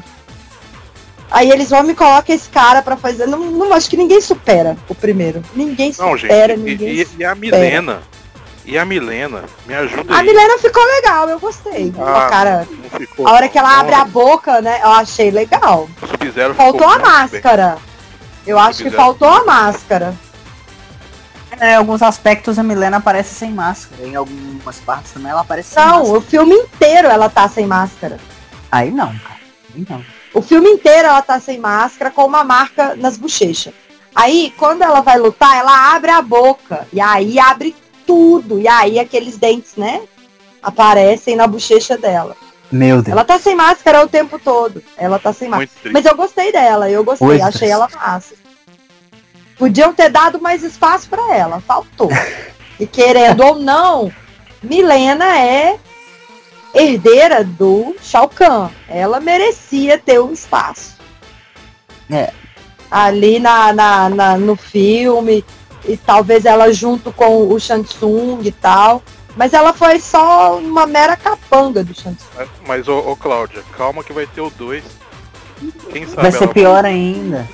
Aí eles vão me colocar esse cara pra fazer. Não, não acho que ninguém supera o primeiro. Ninguém Não, supera, gente. ninguém E, e, e a supera. Milena? E a Milena? Me ajuda A aí. Milena ficou legal, eu gostei. Ah, a, cara, não ficou. a hora que ela Não, abre a boca, né? Eu achei legal. o Sub-Zero Faltou ficou a muito bem. máscara. Eu acho que Sub-Zero. faltou a máscara. É, em alguns aspectos a Milena aparece sem máscara. Em algumas partes também ela aparece sem Não, máscara. o filme inteiro ela tá sem máscara. Aí não, cara. Aí não. O filme inteiro ela tá sem máscara, com uma marca nas bochechas. Aí, quando ela vai lutar, ela abre a boca. E aí abre tudo. E aí aqueles dentes, né? Aparecem na bochecha dela. Meu Deus. Ela tá sem máscara o tempo todo. Ela tá sem máscara. Muito triste. Mas eu gostei dela, eu gostei, Pois achei é. ela massa. Podiam ter dado mais espaço pra ela, faltou. E querendo ou não, Milena é herdeira do Shao Kahn. Ela merecia ter um espaço. É. Ali na, na, na- no filme, e talvez ela junto com o Shansung e tal. Mas ela foi só uma mera capanga do Shansung. Mas, mas ô, ô Cláudia, calma que vai ter o dois. Quem sabe Vai ser ela- pior ainda.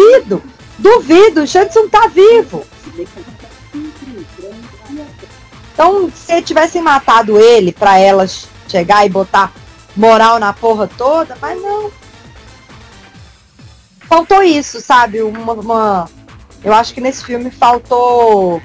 Duvido! Duvido! O Shansung tá vivo! Então, se tivessem matado ele pra elas chegar e botar moral na porra toda, mas não. Faltou isso, sabe? Uma, uma... Eu acho que nesse filme faltou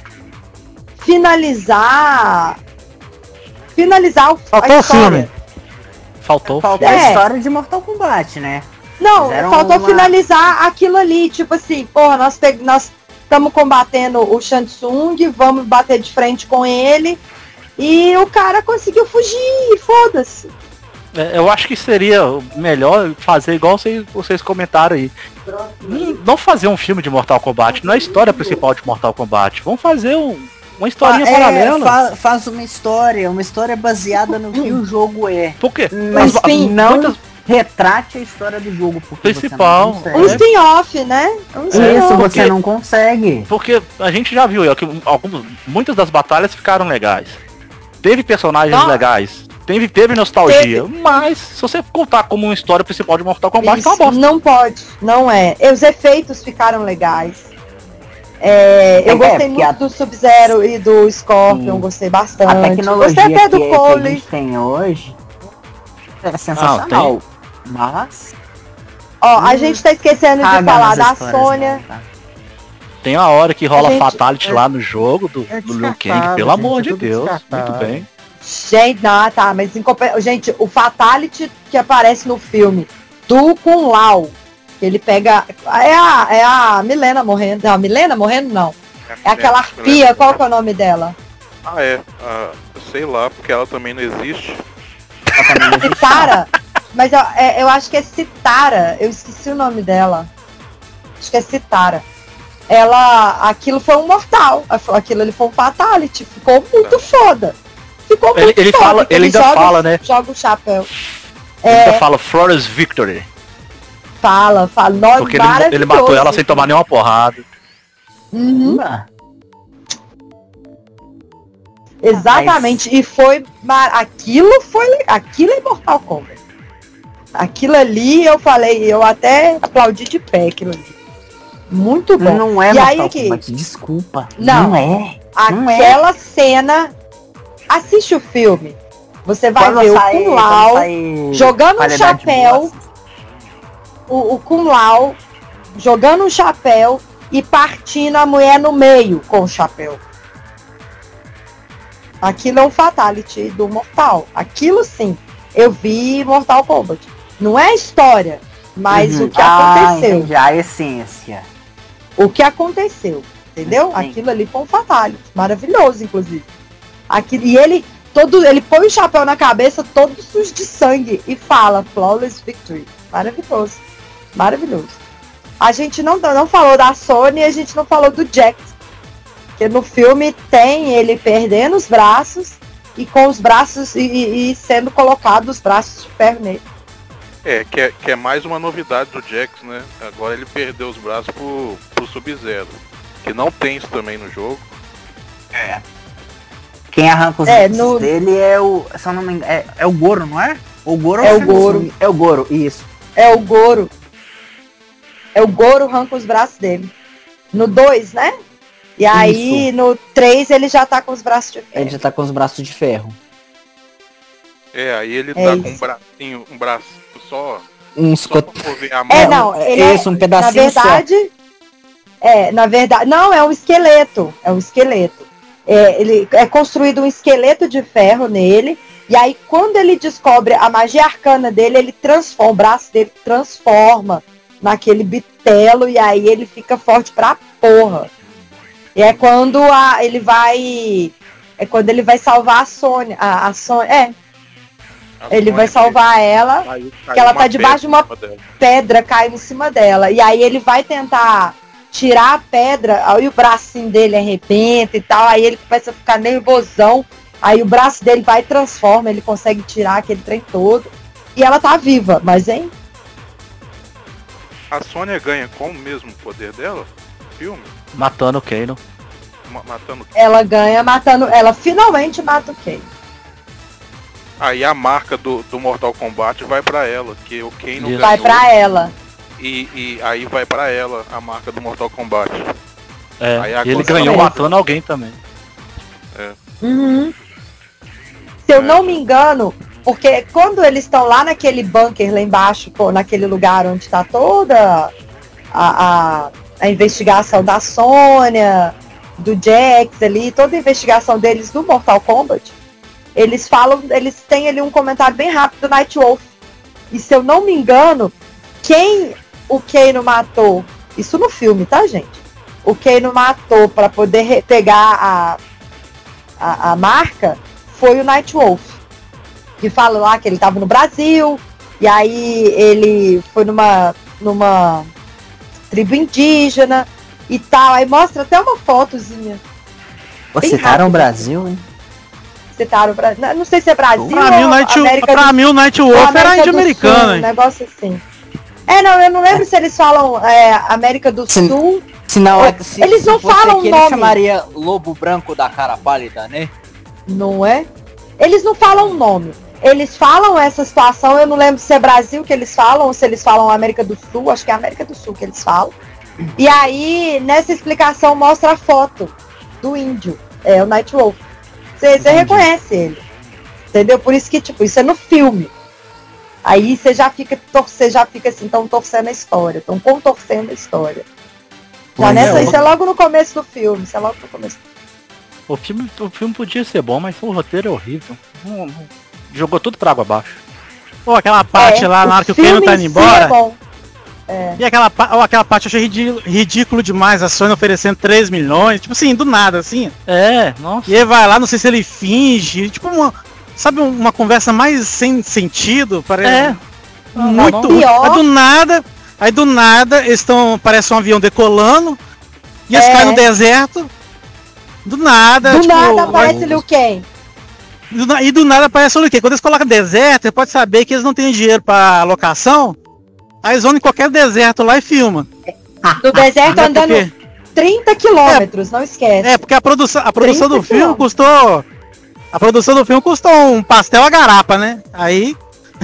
finalizar. Finalizar o Faltou o filme. Faltou, Faltou É. a história de Mortal Kombat, né? Não, Fizeram faltou uma- finalizar aquilo ali, tipo assim, porra, nós pe- nós estamos combatendo o Shang Tsung, vamos bater de frente com ele, e o cara conseguiu fugir, foda-se. É, eu acho que seria melhor fazer igual vocês, vocês comentaram aí. Não- Não fazer um filme de Mortal Kombat, não é a história principal de Mortal Kombat. Vamos fazer um, uma historinha É, paralela. fa- faz uma história, uma história baseada no que o jogo é. Por quê? Mas Mas, não muitas- retrate a história do jogo, porque Principal, você não Um consegue. spin-off, né? Um Isso, spin-off. você porque- não consegue. Porque a gente já viu ó, que algumas, muitas das batalhas ficaram legais. Teve personagens Não. legais. Teve, teve nostalgia. Teve. Mas se você contar como uma história principal de Mortal Kombat, Isso, tá uma bosta. não pode, não é. E os efeitos ficaram legais. É, eu É, gostei porque muito a- do Sub-Zero e do Scorpion, Sim. gostei bastante. A tecnologia Gostei até do que, que a Cole. gente tem hoje é sensacional. Mas. Ó, a gente tá esquecendo de caga falar nas da histórias, Sônia. não, tá? Tem uma hora que rola A gente- Fatality lá no jogo do, É do Liu Kang, descartável, pelo gente, amor é de tudo Deus. Muito descartável. bem. Gente, não, tá, mas em compa- gente, o Fatality que aparece no filme do Kung Lao, que ele pega. É a, é a Milena morrendo. Não, a Milena morrendo não. É aquela arpia, qual que é o nome dela? Ah, é. Ah, sei lá, porque ela também não existe. Citara. Mas eu, é, eu acho que é Citara. Eu esqueci o nome dela. Acho que é Citara. Ela. Aquilo foi um mortal. Aquilo ali foi um fatality. Ficou muito foda. Ficou muito Ele- ele foda. fala- porque ele ainda joga, fala, né? Joga o chapéu. Ele É, ainda fala Flawless Victory. fala, fala. Nossa, Porque ele, ele matou ela sem tomar nenhuma porrada. Uhum. Ah, Exatamente. E foi. mar- Aquilo foi. le- Aquilo é Mortal Kombat. Aquilo ali eu falei, eu até aplaudi de pé aquilo ali. Muito bom. não é e Mortal aí que Kombat, desculpa. Não. Não é. Não é. aquela cena. Assiste o filme. Você vai Quando ver o sair- Kung quando Lao sair jogando um qualidade chapéu. O, o Kung Lao jogando um chapéu e partindo a mulher no meio com o chapéu. Aquilo é um fatality do Mortal. Aquilo sim. Eu vi Mortal Kombat. Não é a história, mas Uhum. o que Ah, aconteceu. entendi, a essência. O que aconteceu. Entendeu? Sim. Aquilo ali foi um fatality. Maravilhoso, inclusive. Aquilo, e ele, todo, ele põe o chapéu na cabeça todo sujo de sangue e fala Flawless Victory. Maravilhoso. Maravilhoso. A gente não, não falou da Sony e a gente não falou do Jax. Porque no filme tem ele perdendo os braços e com os braços e, e- e sendo colocados os braços de ferro nele. É que, é, que é mais uma novidade do Jax, né? Agora ele perdeu os braços pro, pro Sub-Zero. Que não tem isso também no jogo. É. Quem arranca os É, braços no- dele é o. Se eu não me engano, é, é o Goro, não é? O Goro É o Shang Goro. Tsung. É o Goro, isso. É o Goro. É o Goro arranca os braços dele. No dois, né? E aí Isso. no três ele já tá com os braços de ferro. Ele já tá com os braços de ferro. É, aí ele É tá isso. com um bracinho, um braço só. Uns Só cot... pra ver a É, mão. não, é ele isso, um é, pedacinho na verdade, é, na verdade, não, é um esqueleto, é um esqueleto. É, ele é construído um esqueleto de ferro nele, e aí quando ele descobre a magia arcana dele, ele transforma, o braço dele transforma naquele bitelo, e aí ele fica forte pra porra. E é quando a, ele vai, é quando ele vai salvar a Sônia, a, a Sônia, é, A ele Sônia vai salvar ela, caiu- que caiu ela uma tá debaixo de uma pedra em cima dela. pedra caindo em cima dela. E aí ele vai tentar tirar a pedra, aí o bracinho dele arrebenta e tal, aí ele começa a ficar nervosão, aí o braço dele vai e transforma, ele consegue tirar aquele trem todo. E ela tá viva, mas hein? A Sônia ganha com o mesmo poder dela? Filme? Matando o Kano. Ma- matando. Ela ganha matando, ela finalmente mata o Kane. Aí a marca do, do Mortal Kombat vai pra ela, que o Kano ganhou. Vai pra ela. E, e aí vai pra ela a marca do Mortal Kombat. É, Aí e a ele coisa ganhou tá- matando alguém também. Uhum. Se eu não me engano, porque quando eles estão lá naquele bunker lá embaixo, pô, naquele lugar onde está toda a, a, a investigação da Sônia, do Jax ali, toda a investigação deles no Mortal Kombat, eles falam, eles têm ali um comentário bem rápido do Nightwolf. E se eu não me engano, quem o Kano matou, isso no filme, tá, gente? O Kano matou para poder pegar a, a, a marca foi o Nightwolf. Que fala lá que ele tava no Brasil, e aí ele foi numa, numa tribo indígena e tal. Aí mostra até uma fotozinha. Pô, citaram o Brasil, hein? Citaram o Brasil. Não sei se é Brasil pra mim, ou Night, América pra do, mim o Nightwolf era índio-americano, um negócio assim. É, não, eu não lembro se eles falam é, América do se, Sul. Se não, é, se, eles se não falam o nome. Ele chamaria Lobo Branco da Cara Pálida, né? Não é? Eles não falam o nome. Eles falam essa situação, eu não lembro se é Brasil que eles falam, ou se eles falam América do Sul, acho que é América do Sul que eles falam. E aí, nessa explicação, mostra a foto do índio, é o Nightwolf. Você reconhece ele, entendeu? Por isso que, tipo, isso é no filme. Aí você já fica, você já fica assim, estão torcendo a história, estão contorcendo a história. Já Pois nessa, é, isso é logo no começo do filme, isso é logo no começo do filme. O filme, o filme podia ser bom, mas o roteiro é horrível. Não- não- Jogou tudo pra água abaixo. Pô, aquela parte É, lá na hora que o Kano filme tá em indo si embora. é bom. É. E aquela, pa- ó, aquela parte eu achei ridículo, ridículo demais, a Sony oferecendo três milhões, tipo assim, do nada, assim. É, nossa. E ele vai lá, não sei se ele finge, tipo uma, sabe, uma conversa mais sem sentido, parece. É. Muito Não, não. ruim. Pior. Aí do nada, aí do nada, eles estão, parece um avião decolando, e eles É. caem no deserto, do nada, Do tipo, nada aparece Liu Kang. do na- e do nada aparece o Liu Kang. Quando eles colocam deserto, você pode saber que eles não têm dinheiro pra locação, aí eles vão em qualquer deserto lá e filma. No deserto É andando porque- trinta quilômetros, não esquece. É, porque a produção, a produção do trinta filme quilômetros. custou. A produção do filme custou um pastel a garapa, né? Aí.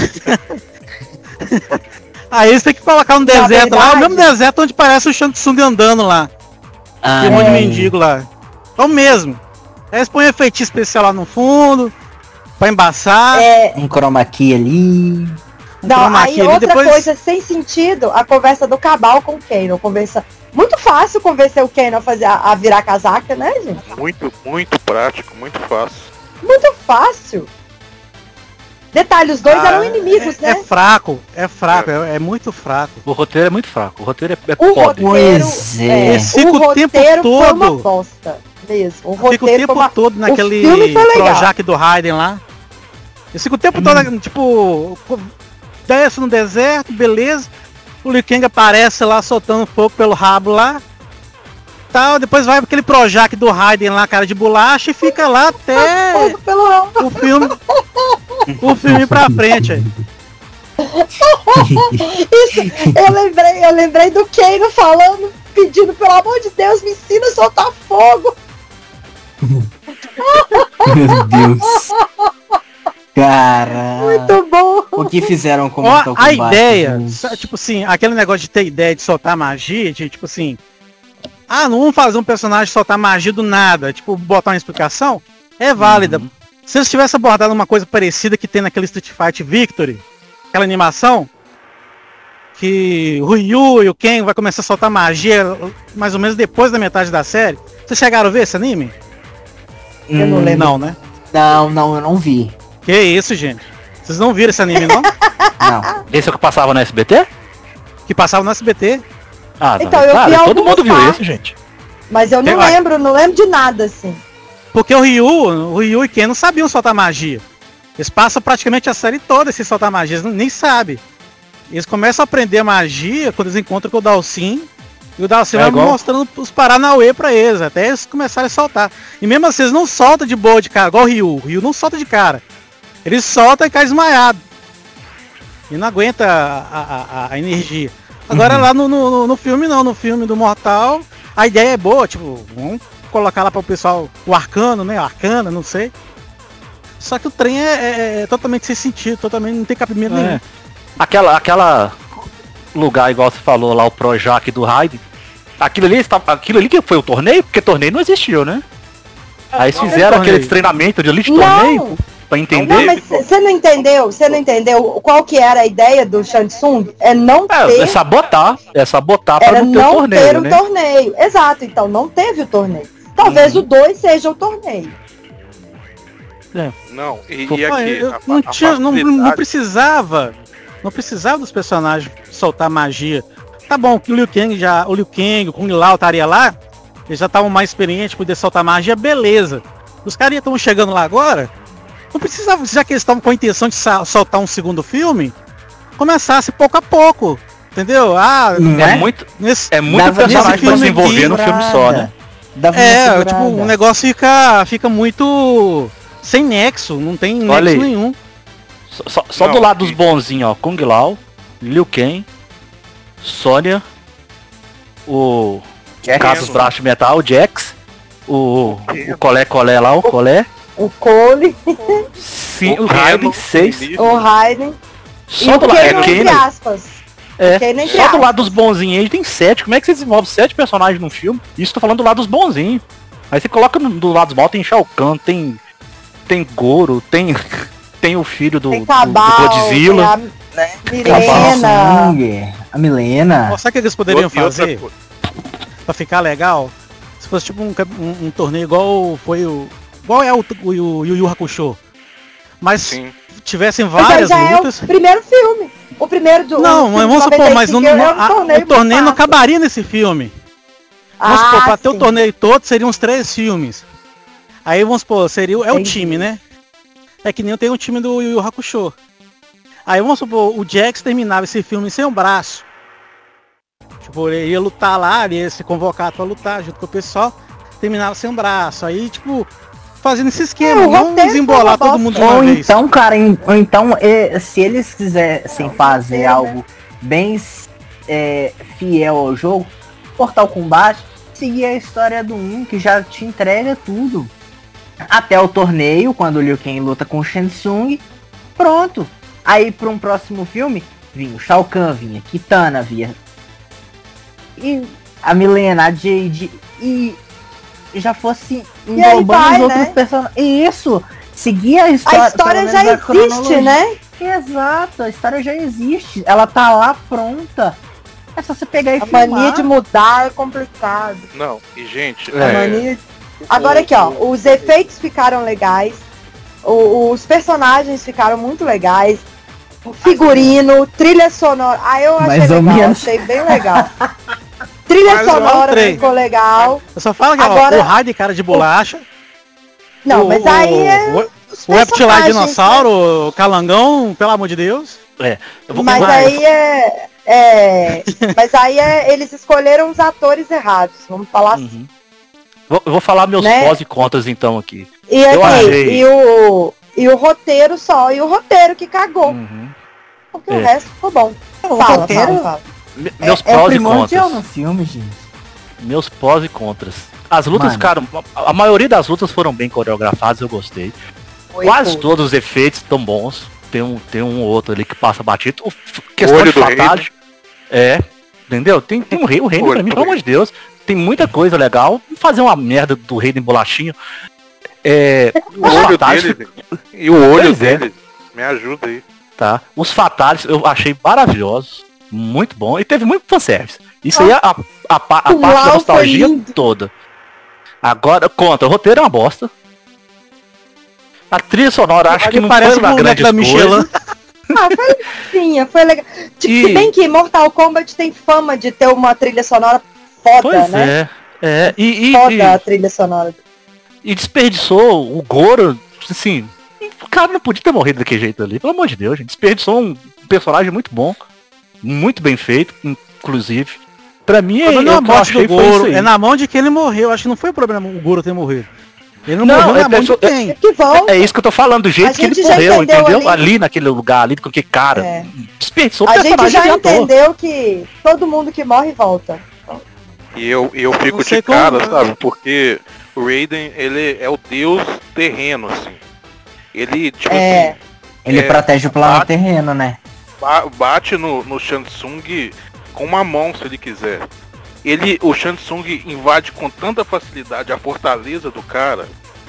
Aí eles têm que colocar um Na deserto lá, o verdade- mesmo deserto onde parece o Shang Tsung andando lá. Ah, Tem um monte de é. mendigo lá. É o mesmo. Aí eles põem um efeito especial lá no fundo, pra embaçar. É, Um chroma key ali. um não, chroma aí key ali, outra depois- coisa sem sentido, a conversa do Cabal com o Kano. Conversa muito fácil convencer o Kano a, fazer, a, a virar casaca, né, gente? Muito, muito prático, muito fácil. Muito fácil. Detalhe, os dois Ah, eram inimigos, é, né? é fraco, é fraco, é, é muito fraco. O roteiro é muito fraco. O roteiro é, é O pobre. roteiro, Pois é, é. Eles ficam o o tempo roteiro foi uma todo. bosta mesmo. O Fica o roteiro tempo foi uma... todo naquele o filme foi legal. Projac do Raiden lá. Eu fico o tempo todo, tipo, desce no deserto, beleza. O Liu Kang aparece lá soltando fogo pelo rabo lá. Tal, depois vai pra aquele Projac do Raiden lá, cara de bolacha, e fica lá até Fogo pelo ramo. o filme. O filme pra frente aí. Isso, eu lembrei, eu lembrei do Kano falando, pedindo, pelo amor de Deus, me ensina a soltar fogo. Meu Deus. Cara. Muito bom. O que fizeram com o Ó, Mortal a Kombat, ideia, gente? sa- tipo assim, aquele negócio de ter ideia de soltar magia, de tipo assim, ah, não vamos fazer um personagem soltar magia do nada, tipo, botar uma explicação, é válida. Se eles tivessem abordado uma coisa parecida que tem naquele Street Fighter Victory, aquela animação, que o Ryu e o Ken vai começar a soltar magia mais ou menos depois da metade da série. Vocês chegaram a ver esse anime? Eu não Hum, lembro. Não, né? Não, não, eu não vi. Que isso, gente? Vocês não viram esse anime, não? Não. Esse é o que passava no S B T? Que passava no S B T. Ah, não. Então, eu Cara, vi todo algumas mundo viu partes. esse, gente. Mas eu não Tem lá. lembro, não lembro de nada, assim. Porque o Ryu, o Ryu e Ken não sabiam soltar magia. Eles passam praticamente a série toda sem soltar magia, eles não- nem sabem. Eles começam a aprender magia quando eles encontram com o Dalsin. E o Dalsin É vai igual- mostrando os Paranauê pra eles, até eles começarem a soltar. E mesmo assim, eles não soltam de boa de cara, igual o Ryu. O Ryu não solta de cara. Ele solta e cai desmaiado. E não aguenta a, a- a- a energia. Agora lá no, no, no filme não, no filme do Mortal, a ideia é boa, tipo, vamos colocar lá para o pessoal o arcano, né? Arcana, não sei. Só que o trem é, é- é totalmente sem sentido, totalmente não tem cabimento nenhum. É. Aquela, aquela lugar, igual você falou lá, o Projac do Raiden. Aquilo ali, estava- aquilo ali que foi o torneio? Porque torneio não existiu, né? Aí eles fizeram aquele treinamento de elite torneio pra entender. Não, mas você não entendeu? Você não entendeu qual que era a ideia do Shansung? É não é, ter... É sabotar. É sabotar pra era não ter não o torneio, ter um né? torneio. Exato, então não teve o torneio. Talvez hum. o dois seja o torneio. É. Não, e, Pô, e aqui... Eu, a, não, a tinha, não, não precisava... Não precisava dos personagens soltar magia. Tá bom, que o Liu Kang já... O Liu Kang, o Kung Lao estaria lá. Eles já estavam mais experientes, poder soltar magia, beleza. Os caras estão chegando lá agora. Não precisava, já que eles estavam com a intenção de soltar um segundo filme, começasse pouco a pouco. Entendeu? Ah, não é, é muito, nesse, é muito personagem pra se envolver no filme só, né? É, tipo, o negócio fica, fica muito sem nexo, não tem nexo Olha aí. nenhum. Só, só, só do lado dos bonzinhos, ó, Kung Lao, Liu Kang, Sônia, o Caso dos Braços de Metal, o Jax, o, o Colé Colé lá, o Colé. O Cole. Sim, o, o Raiden, seis. O Raiden. Só do lado, é entre aspas. É, só do lado dos bonzinhos aí tem sete. Como é que você desenvolve sete personagens num filme? Isso tô falando do lado dos bonzinhos. Aí você coloca no, do lado dos maus, tem Shao Kahn, tem. Tem Goro, tem. Tem o filho do, tem Cabal, do Godzilla. Tem a, né, Milena. A Milena. Sabe o que eles poderiam fazer? Pra ficar legal? Se fosse tipo um, um, um torneio igual foi o. Igual é o Yu Yu Hakusho. Mas Sim. tivessem várias mas já lutas. É o primeiro filme. O primeiro do. Não, mas vamos supor, mas não, não, a, torneio o torneio não acabaria nesse filme. Vamos ah, supor, pra sim. ter o torneio todo seriam uns três filmes. Aí vamos supor, seria é o time, né? É que nem tem o time do Yu Yu Hakusho. Aí vamos supor, o Jax terminava esse filme sem um braço. Tipo, ele ia lutar lá, ele ia se convocar pra lutar junto com o pessoal. Terminava sem um braço. Aí, tipo, fazendo esse esquema, é, não desembolar todo mundo de uma ou vez. Então, cara, ou então, se eles quisessem fazer algo bem é, fiel ao jogo, Mortal Kombat, seguir a história do um, que já te entrega tudo. Até o torneio, quando o Liu Kang luta com o Shang Tsung, pronto. Aí para um próximo filme, vinha o Shao Kahn, vinha Kitana, vinha e a Milena, a Jade, e já fosse englobando os outros né? personagens. Isso, seguir a história. A história já existe, né? Exato, a história já existe. Ela tá lá pronta. É só você pegar e a filmar. A mania de mudar é complicado. Não, e gente... A é... mania de... Agora aqui, ó, os efeitos ficaram legais, o, os personagens ficaram muito legais, o figurino, trilha sonora, ah, eu achei Mais legal, menos. achei bem legal. Trilha Mas sonora ficou legal. Eu só falo que agora... ó, o Raiden cara de bolacha. Não, o, mas aí é... O, o Reptile Dinossauro, né? O Calangão, pelo amor de Deus. É, eu vou mas aí é... é... mas aí é... eles escolheram os atores errados, vamos falar assim. Uhum. Vou, eu vou falar meus né? pós e contras então aqui. E, eu aqui, achei... e, o, e o roteiro só, e o roteiro que cagou. Uhum. Porque é. o resto ficou bom. O fala, roteiro... fala, fala. Me, meus é, pós é e contras. no filme, gente. Meus pós e contras. As lutas Mano. ficaram... A maioria das lutas foram bem coreografadas, eu gostei. Foi Quase tudo. todos os efeitos estão bons. Tem um, tem um outro ali que passa batido. O, questão olho de fatality. É, entendeu? Tem, tem um rei, o reino pra mim, pelo amor de Deus. Tem muita coisa legal. Vamos fazer uma merda do rei em bolachinho. É, o olho dele. E o olho pois dele. É. Me ajuda aí. Tá. Os fatales eu achei maravilhosos. Muito bom. E teve muito fanservice. Isso ah. aí é a, a, a, a parte da nostalgia toda. Agora, conta, o roteiro é uma bosta. A trilha sonora, acho que não foi uma grande da Michelin. Ah, foi legal, foi legal. Tipo, e... se bem que Mortal Kombat tem fama de ter uma trilha sonora foda, pois né? É, é. E, e, foda e, a trilha sonora. E desperdiçou o Goro, assim, o cara não podia ter morrido daquele jeito ali, pelo amor de Deus, gente. Desperdiçou um personagem muito bom, muito bem feito, inclusive. Pra mim, é, na morte do Goro, é na mão de quem ele morreu. Acho que não foi o problema o Goro ter morrido. Ele não, não morreu na mão de quem. É, é isso que eu tô falando, do jeito que ele morreu, entendeu? entendeu? Ali. ali naquele lugar, ali com que cara. É. Desperdiçou o a personagem. A gente já entendeu que todo mundo que morre volta. E eu, eu fico de cara, como... sabe? Porque o Raiden, ele é o deus terreno, assim. Ele, tipo é. assim... Ele é, protege o plano terreno, né? Bate no, no Shang Tsung com uma mão, se ele quiser. Ele, o Shang Tsung invade com tanta facilidade a fortaleza do cara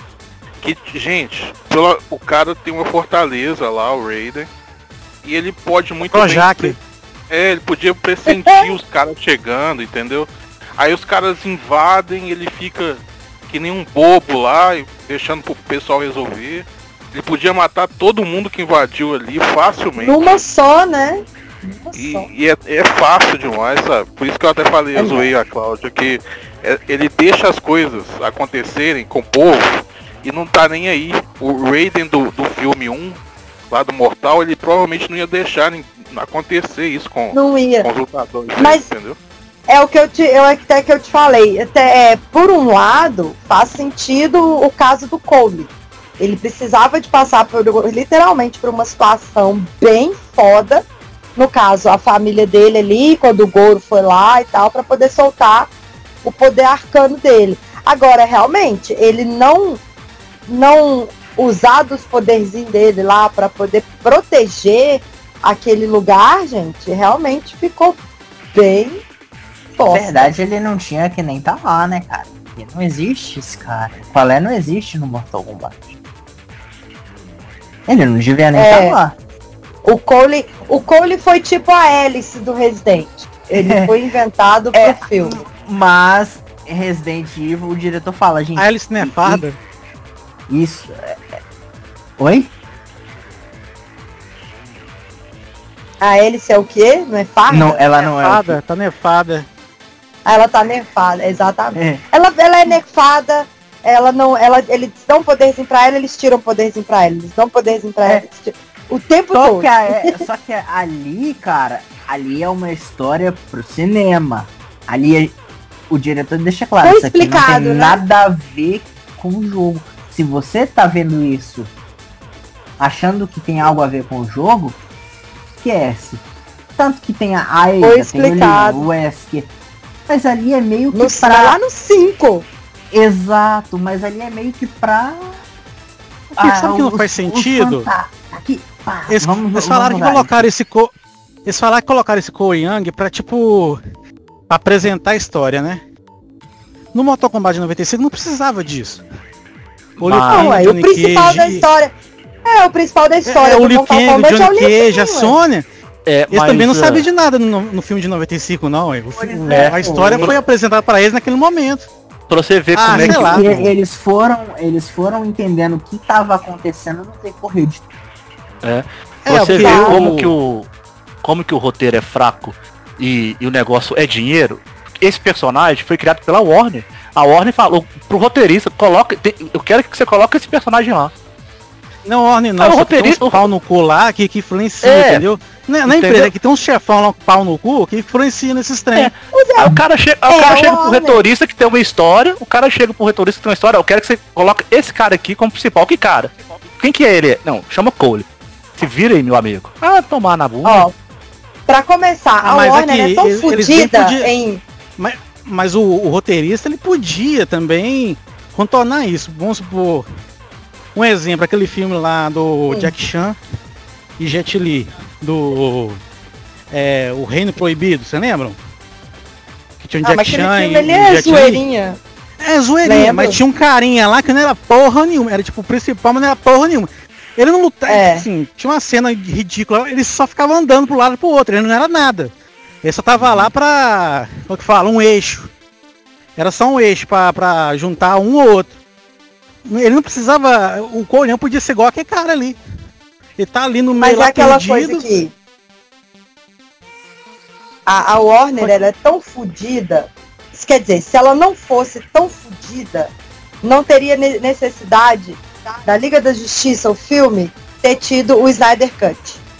Que, gente, pela, o cara tem uma fortaleza lá, o Raiden, e ele pode muito Projac. bem... É, ele podia pressentir os caras chegando, entendeu? Aí os caras invadem, ele fica que nem um bobo lá, deixando pro pessoal resolver. Ele podia matar todo mundo que invadiu ali facilmente. Numa só, né? Numa E, só. e é, é fácil demais, sabe? Por isso que eu até falei, eu zoei a Cláudia, que é, ele deixa as coisas acontecerem com o povo e não tá nem aí. O Raiden do, do filme um, lá do Mortal, ele provavelmente não ia deixar acontecer isso com, não ia. com os lutadores, Mas... entendeu? É o que eu te, eu, até que eu te falei. Até, é, por um lado, faz sentido o caso do Cole. Ele precisava de passar por, literalmente por uma situação bem foda. No caso, a família dele ali, quando o Goro foi lá e tal, para poder soltar o poder arcano dele. Agora, realmente, ele não, não usar dos poderzinhos dele lá para poder proteger aquele lugar, gente, realmente ficou bem... Na verdade, ele não tinha que nem tá lá, né, cara? Porque não existe esse cara. O Qual é não existe no Mortal Kombat. Ele não devia nem É. tá lá. O Cole, o Cole foi tipo a hélice do Resident. Ele foi inventado pro É, filme. Mas Resident Evil, o diretor fala, gente. A Alice não é farda? Isso. é- é- Oi? A hélice é o quê? Não é farda? Não, ela não é. o Nefada, tá nefada. Ah, ela tá nerfada, exatamente. É. Ela, ela é nerfada, ela não. Ela, eles dão poderzinho pra ela, eles tiram poderzinho pra ela. Eles dão poderzinho pra ela. eles tiram- O tempo Só todo. que, a- é- só que ali, cara, ali é uma história pro cinema. Ali é- o diretor deixa claro, Foi isso aqui não explicado, tem né? nada a ver com o jogo. Se você tá vendo isso achando que tem algo a ver com o jogo, esquece. Tanto que tem a Aida, Foi tem o explicado. Leon, o Wesker. Mas ali é meio que No, pra... Lá no cinco. Exato, mas ali é meio que pra... Porque sabe que não os- faz os sentido? fanta- Aqui, pá, Eles, vamos- eles vamos falaram que mudar colocaram esse co... Eles falaram que colocaram esse Cole Young pra, tipo, apresentar a história, né? No Mortal Kombat noventa e cinco não precisava disso. O Liu Mas- Kang, Não, é, o Johnny principal Cage, da história. É, o principal da história é, o do Liu Mortal Kang, o Kombat é o Johnny Liu Cage, a Kang, ué. Sônia. É, Eles mas, também não uh, sabem de nada no, no filme de noventa e cinco, não. ué. O fi- Pois o- é. a história foi apresentada pra eles naquele momento. Pra você ver Ah, como é sei que lá. E eles foram, eles foram entendendo o que estava acontecendo no decorrer de É. É, Pra você porque ver o- como que o como que o roteiro é fraco e, e o negócio é dinheiro. Esse personagem foi criado pela Warner. A Warner falou pro roteirista, coloca, tem- eu quero que você coloque esse personagem lá. Não, Orne, não. Ah, o só que tem roteirista- uns pau no cu lá que, que influencia, É. entendeu? Na, na Entendeu? empresa que tem uns chefão lá com pau no cu que influencia nesses trem. É. Aí o cara, che aí o É, cara o chega pro Warner. retorista que tem uma história, o cara chega pro retorista que tem uma história, eu quero que você coloque esse cara aqui como principal. Que cara? Quem que é ele? Não, chama Cole. Se vira aí, meu amigo. Ah, tomar na bunda. Ó, pra começar, Ah, a mas Warner aqui, é tão eles- eles bem fodida podia- em... Mas, mas o, o roteirista ele podia também contornar isso. Vamos supor, um exemplo, aquele filme lá do Sim. Jack Chan e Jet Li, do é, O Reino Proibido, você lembram? Que tinha um Ah, Jack mas aquele Chan filme e ele e é Jet Li. zoeirinha. É zoeirinha, Lembro. mas tinha um carinha lá que não era porra nenhuma, era tipo o principal, mas não era porra nenhuma. Ele não lutava, É. assim, tinha uma cena ridícula, ele só ficava andando pro lado e pro outro, ele não era nada. Ele só tava lá pra, como é que fala, um eixo. Era só um eixo pra, pra juntar um ou outro. Ele não precisava, o Cole Young podia ser igual aquele cara ali. Ele tá ali no Mas meio é lá aquela perdido. coisa que... A, a Warner, ela é tão fodida. Isso quer dizer, se ela não fosse tão fodida, não teria ne- necessidade da Liga da Justiça, o filme, ter tido o Snyder Cut.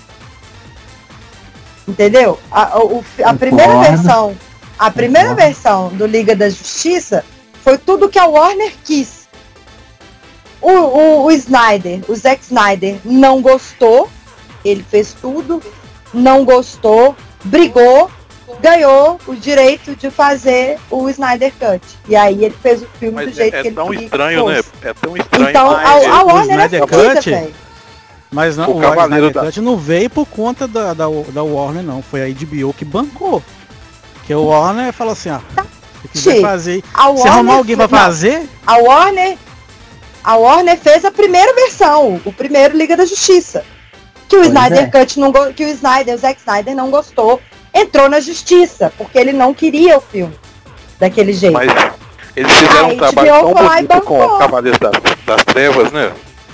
Entendeu? A, o- o fi- a primeira Concordo. versão, a primeira Concordo. versão do Liga da Justiça foi tudo que a Warner quis. O, o, o Snyder, o Zack Snyder, não gostou. Ele fez tudo, não gostou, brigou, ganhou o direito de fazer o Snyder Cut. E aí ele fez o filme do Mas jeito é, que é ele tão queria que estranho, né? fosse. É tão estranho. Então, mas- a, a o Warner é Snyder fodida, Cut? velho. Mas não, O o, Cavaleiro Snyder da- Cut não veio por conta da, da, da Warner, não. Foi a H B O que bancou. Que o Warner falou assim, ó. Se quiser Che, fazer. A Se arrumar Warner alguém pra foi- não, fazer, A Warner, A Warner fez a primeira versão, o primeiro Liga da Justiça. Que o pois Snyder é. Cut não go- que o Snyder, o Zack Snyder não gostou, entrou na justiça, porque ele não queria o filme daquele jeito. Mas eles fizeram um trabalho tão bonito com Cavaleiros das, das Trevas, né?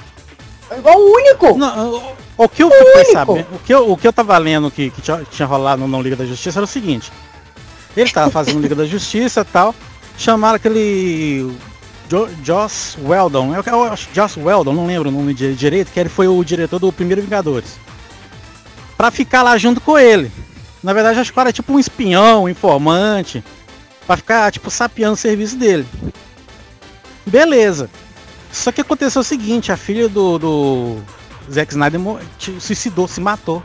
O único! Não, o, o que eu fiquei sabendo, o que eu, o que eu tava lendo que, que tinha, tinha rolado no Não Liga da Justiça era o seguinte. Ele tava fazendo Liga da Justiça e tal, chamaram aquele jo, Joss Whedon, eu, eu acho Joss Whedon, não lembro o nome de, direito, que ele foi o diretor do primeiro Vingadores. Pra ficar lá junto com ele. Na verdade, acho que era tipo um espião, um informante, pra ficar, tipo, sapeando o serviço dele. Beleza. Só que aconteceu o seguinte, a filha do, do Zack Snyder se suicidou, se matou.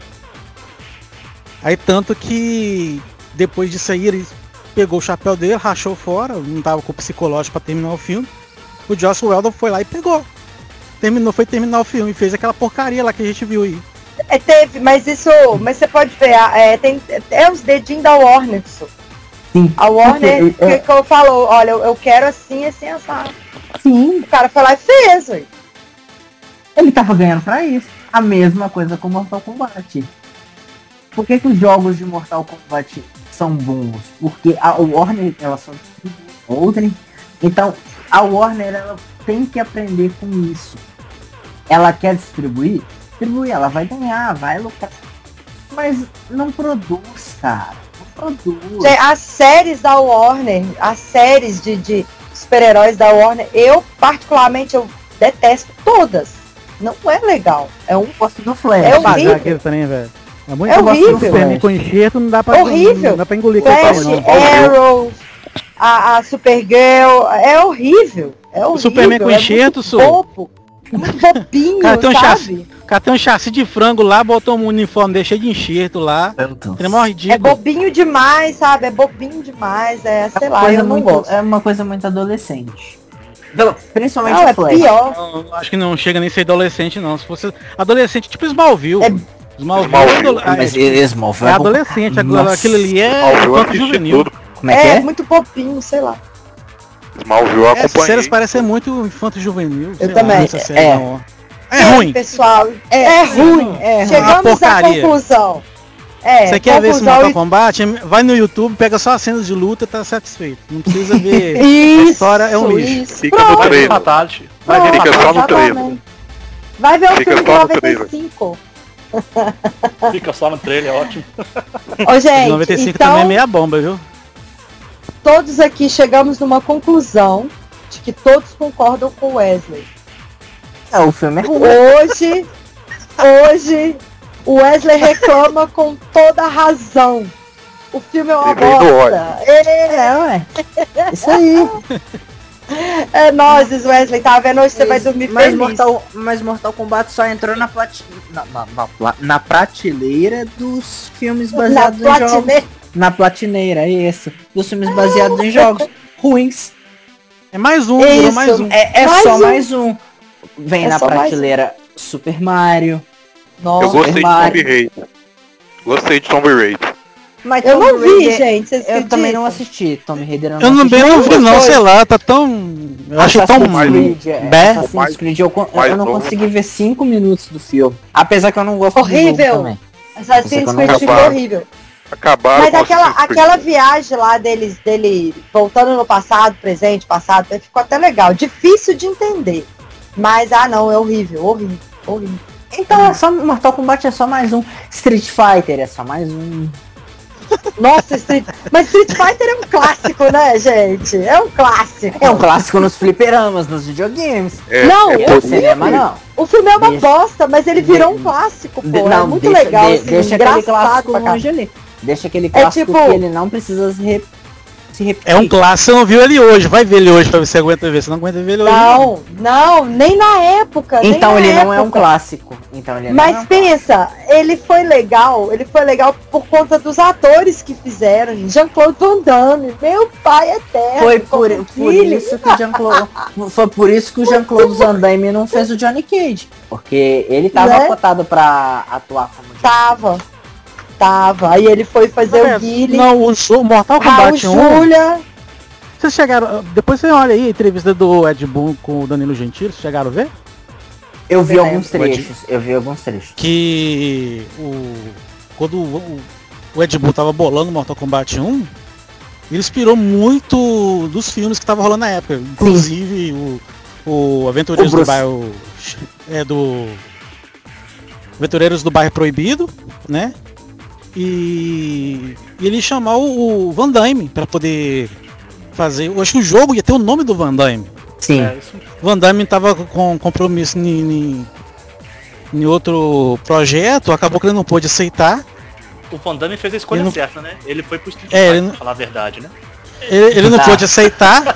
Aí tanto que depois disso aí ele pegou o chapéu dele, rachou fora, não tava com o psicológico pra terminar o filme. O Joss Whedon foi lá e pegou. Terminou, foi terminar o filme e fez aquela porcaria lá que a gente viu aí. É, teve, mas isso, mas você pode ver, é, tem, é os dedinhos da Warner, isso. Sim. A Warner Porque, que, é... que eu falou, olha, eu, eu quero assim, assim, assado. Sim. O cara foi lá e fez, ué. Ele tava ganhando pra isso. A mesma coisa com Mortal Kombat. Por que que os jogos de Mortal Kombat são bons? Porque a Warner, ela só distribui outra. Então, a Warner, ela tem que aprender com isso. Ela quer distribuir? Distribuir, ela vai ganhar, vai lucrar. Mas não produz, cara. Não produz. As séries da Warner, as séries de... de super-heróis da Warner, eu particularmente eu detesto todas. Não é legal. É um gosto do Flash. É horrível. Aquele também, velho. É muito é horrível. Superman com enxerto, não dá pra horrível. Não dá pra engolir. Flash, não. Arrow, a, a Supergirl, é horrível. É horrível. O Superman com enxerto, é muito muito bobinho, cara tem um sabe? Chassi, cara tem um chassi de frango lá, botou um uniforme, deixei de enxerto lá. É bobinho demais, sabe? É bobinho demais, é, sei é lá, coisa eu não muito, gosto. É uma coisa muito adolescente. Principalmente não, o é Flash. pior. Não, acho que não chega nem a ser adolescente, não. Se fosse adolescente, tipo Smallville. É... Smallville, Smallville. É, mas é, Smallville é adolescente, agora aquilo ali é infanto juvenil. Como é que é? É muito bobinho, sei lá. Smallville eu é, acompanhei. Séries parecem muito infanto juvenil. Eu também. Lá, é. Não. É ruim. Pessoal, é, é ruim. É, chegamos à conclusão. É, você quer ver esse Mortal Kombat? Vai no YouTube, pega só as cenas de luta e tá satisfeito. Não precisa ver. Isso, a história é um lixo. Isso. Fica Pronto. no trailer. Vai Fica só no trailer. Vai ver o Fica filme de noventa e cinco. Fica só no trailer, é ótimo. Ô, gente, noventa e cinco então, também é meia bomba, viu? Todos aqui chegamos numa conclusão de que todos concordam com o Wesley. É, o filme é ruim. Hoje, hoje, o Wesley reclama com toda a razão. O filme é uma bosta. É, é, ué. Isso aí. É nóis, Wesley, tá vendo? Hoje você Isso, vai dormir mas feliz. Mortal, mas Mortal Kombat só entrou na, plati, na, na, na, na prateleira dos filmes baseados na em jogos. Na platineira, isso. Dos filmes baseados em jogos ruins. É mais um, virou mais um. É, é mais só um. mais um. Vem É na só mais prateleira Super Mario. Nossa, eu gostei Super de Mario. Tomb Raider. Gostei de Tomb Raider. Mas eu Tomb não vi, Raider, gente. Vocês eu também não acreditam? assisti. Tomb Raider eu Eu não não, assisti. bem não vi não, Depois. sei lá, tá tão... Eu acho tão... Assassin's Creed, é, Bé. Assassin's Creed, eu, con- Mais eu não novo. consegui ver cinco minutos do filme. Apesar que eu não gosto do Horrível. jogo também. Assassin's Você Creed não ficou acabaram. horrível. Acabaram Mas com aquela, Assassin's Creed. aquela viagem lá deles, dele voltando no passado, presente, passado, ficou até legal. Difícil de entender. Mas, ah não, é horrível, horrível, horrível. Então é só Mortal Kombat é só mais um. Street Fighter é só mais um. Nossa, Street... mas Street Fighter é um clássico, né, gente? É um clássico. É um clássico nos fliperamas, nos videogames. É, Não, é o No por- cinema não. O filme é uma Deixa- bosta, mas ele virou de- um clássico, pô. De- é não, muito deixa, legal, de- assim, deixa aquele engraçado clássico pra cá. longe ali. Deixa aquele clássico tipo- que ele não precisa se, re... se repetir. É um clássico, você não viu ele hoje, vai ver ele hoje pra ver se você aguenta ver, você não aguenta ver ele hoje. Não, não, nem na época. nem Então na ele não é um época. clássico. Então ele não Mas é um pensa, ele foi legal, ele foi legal por conta dos atores que fizeram. Jean-Claude Van Damme, meu pai eterno. Foi por, como por filho. isso que o Jean-Claude foi por isso que o Jean-Claude Van Damme não fez o Johnny Cage, porque ele tava Né? cotado pra atuar como Johnny Tava, tava. Aí ele foi fazer É, o Guile, Não, o show Mortal Raul Kombat um, Julia. Vocês chegaram. Depois você olha aí a entrevista do Ed Boon com o Danilo Gentili, vocês chegaram a ver? Eu vi alguns trechos, eu vi alguns trechos. Que o. Quando o, o Ed Boon tava bolando Mortal Kombat um, ele inspirou muito dos filmes que estavam rolando na época. Inclusive o, o Aventureiros O do Bruce. Bairro. É do. Aventureiros do Bairro Proibido, né? E, e ele chamar o, o Van Damme pra poder fazer. Eu acho que o jogo ia ter o nome do Van Damme. Sim. É, Van Damme tava com compromisso em, em outro projeto, acabou que ele não pôde aceitar. O Van Damme fez a escolha não... certa, né? Ele foi pro Street é, Fighter, ele... pra falar a verdade, né? Ele, ele não tá. pôde aceitar.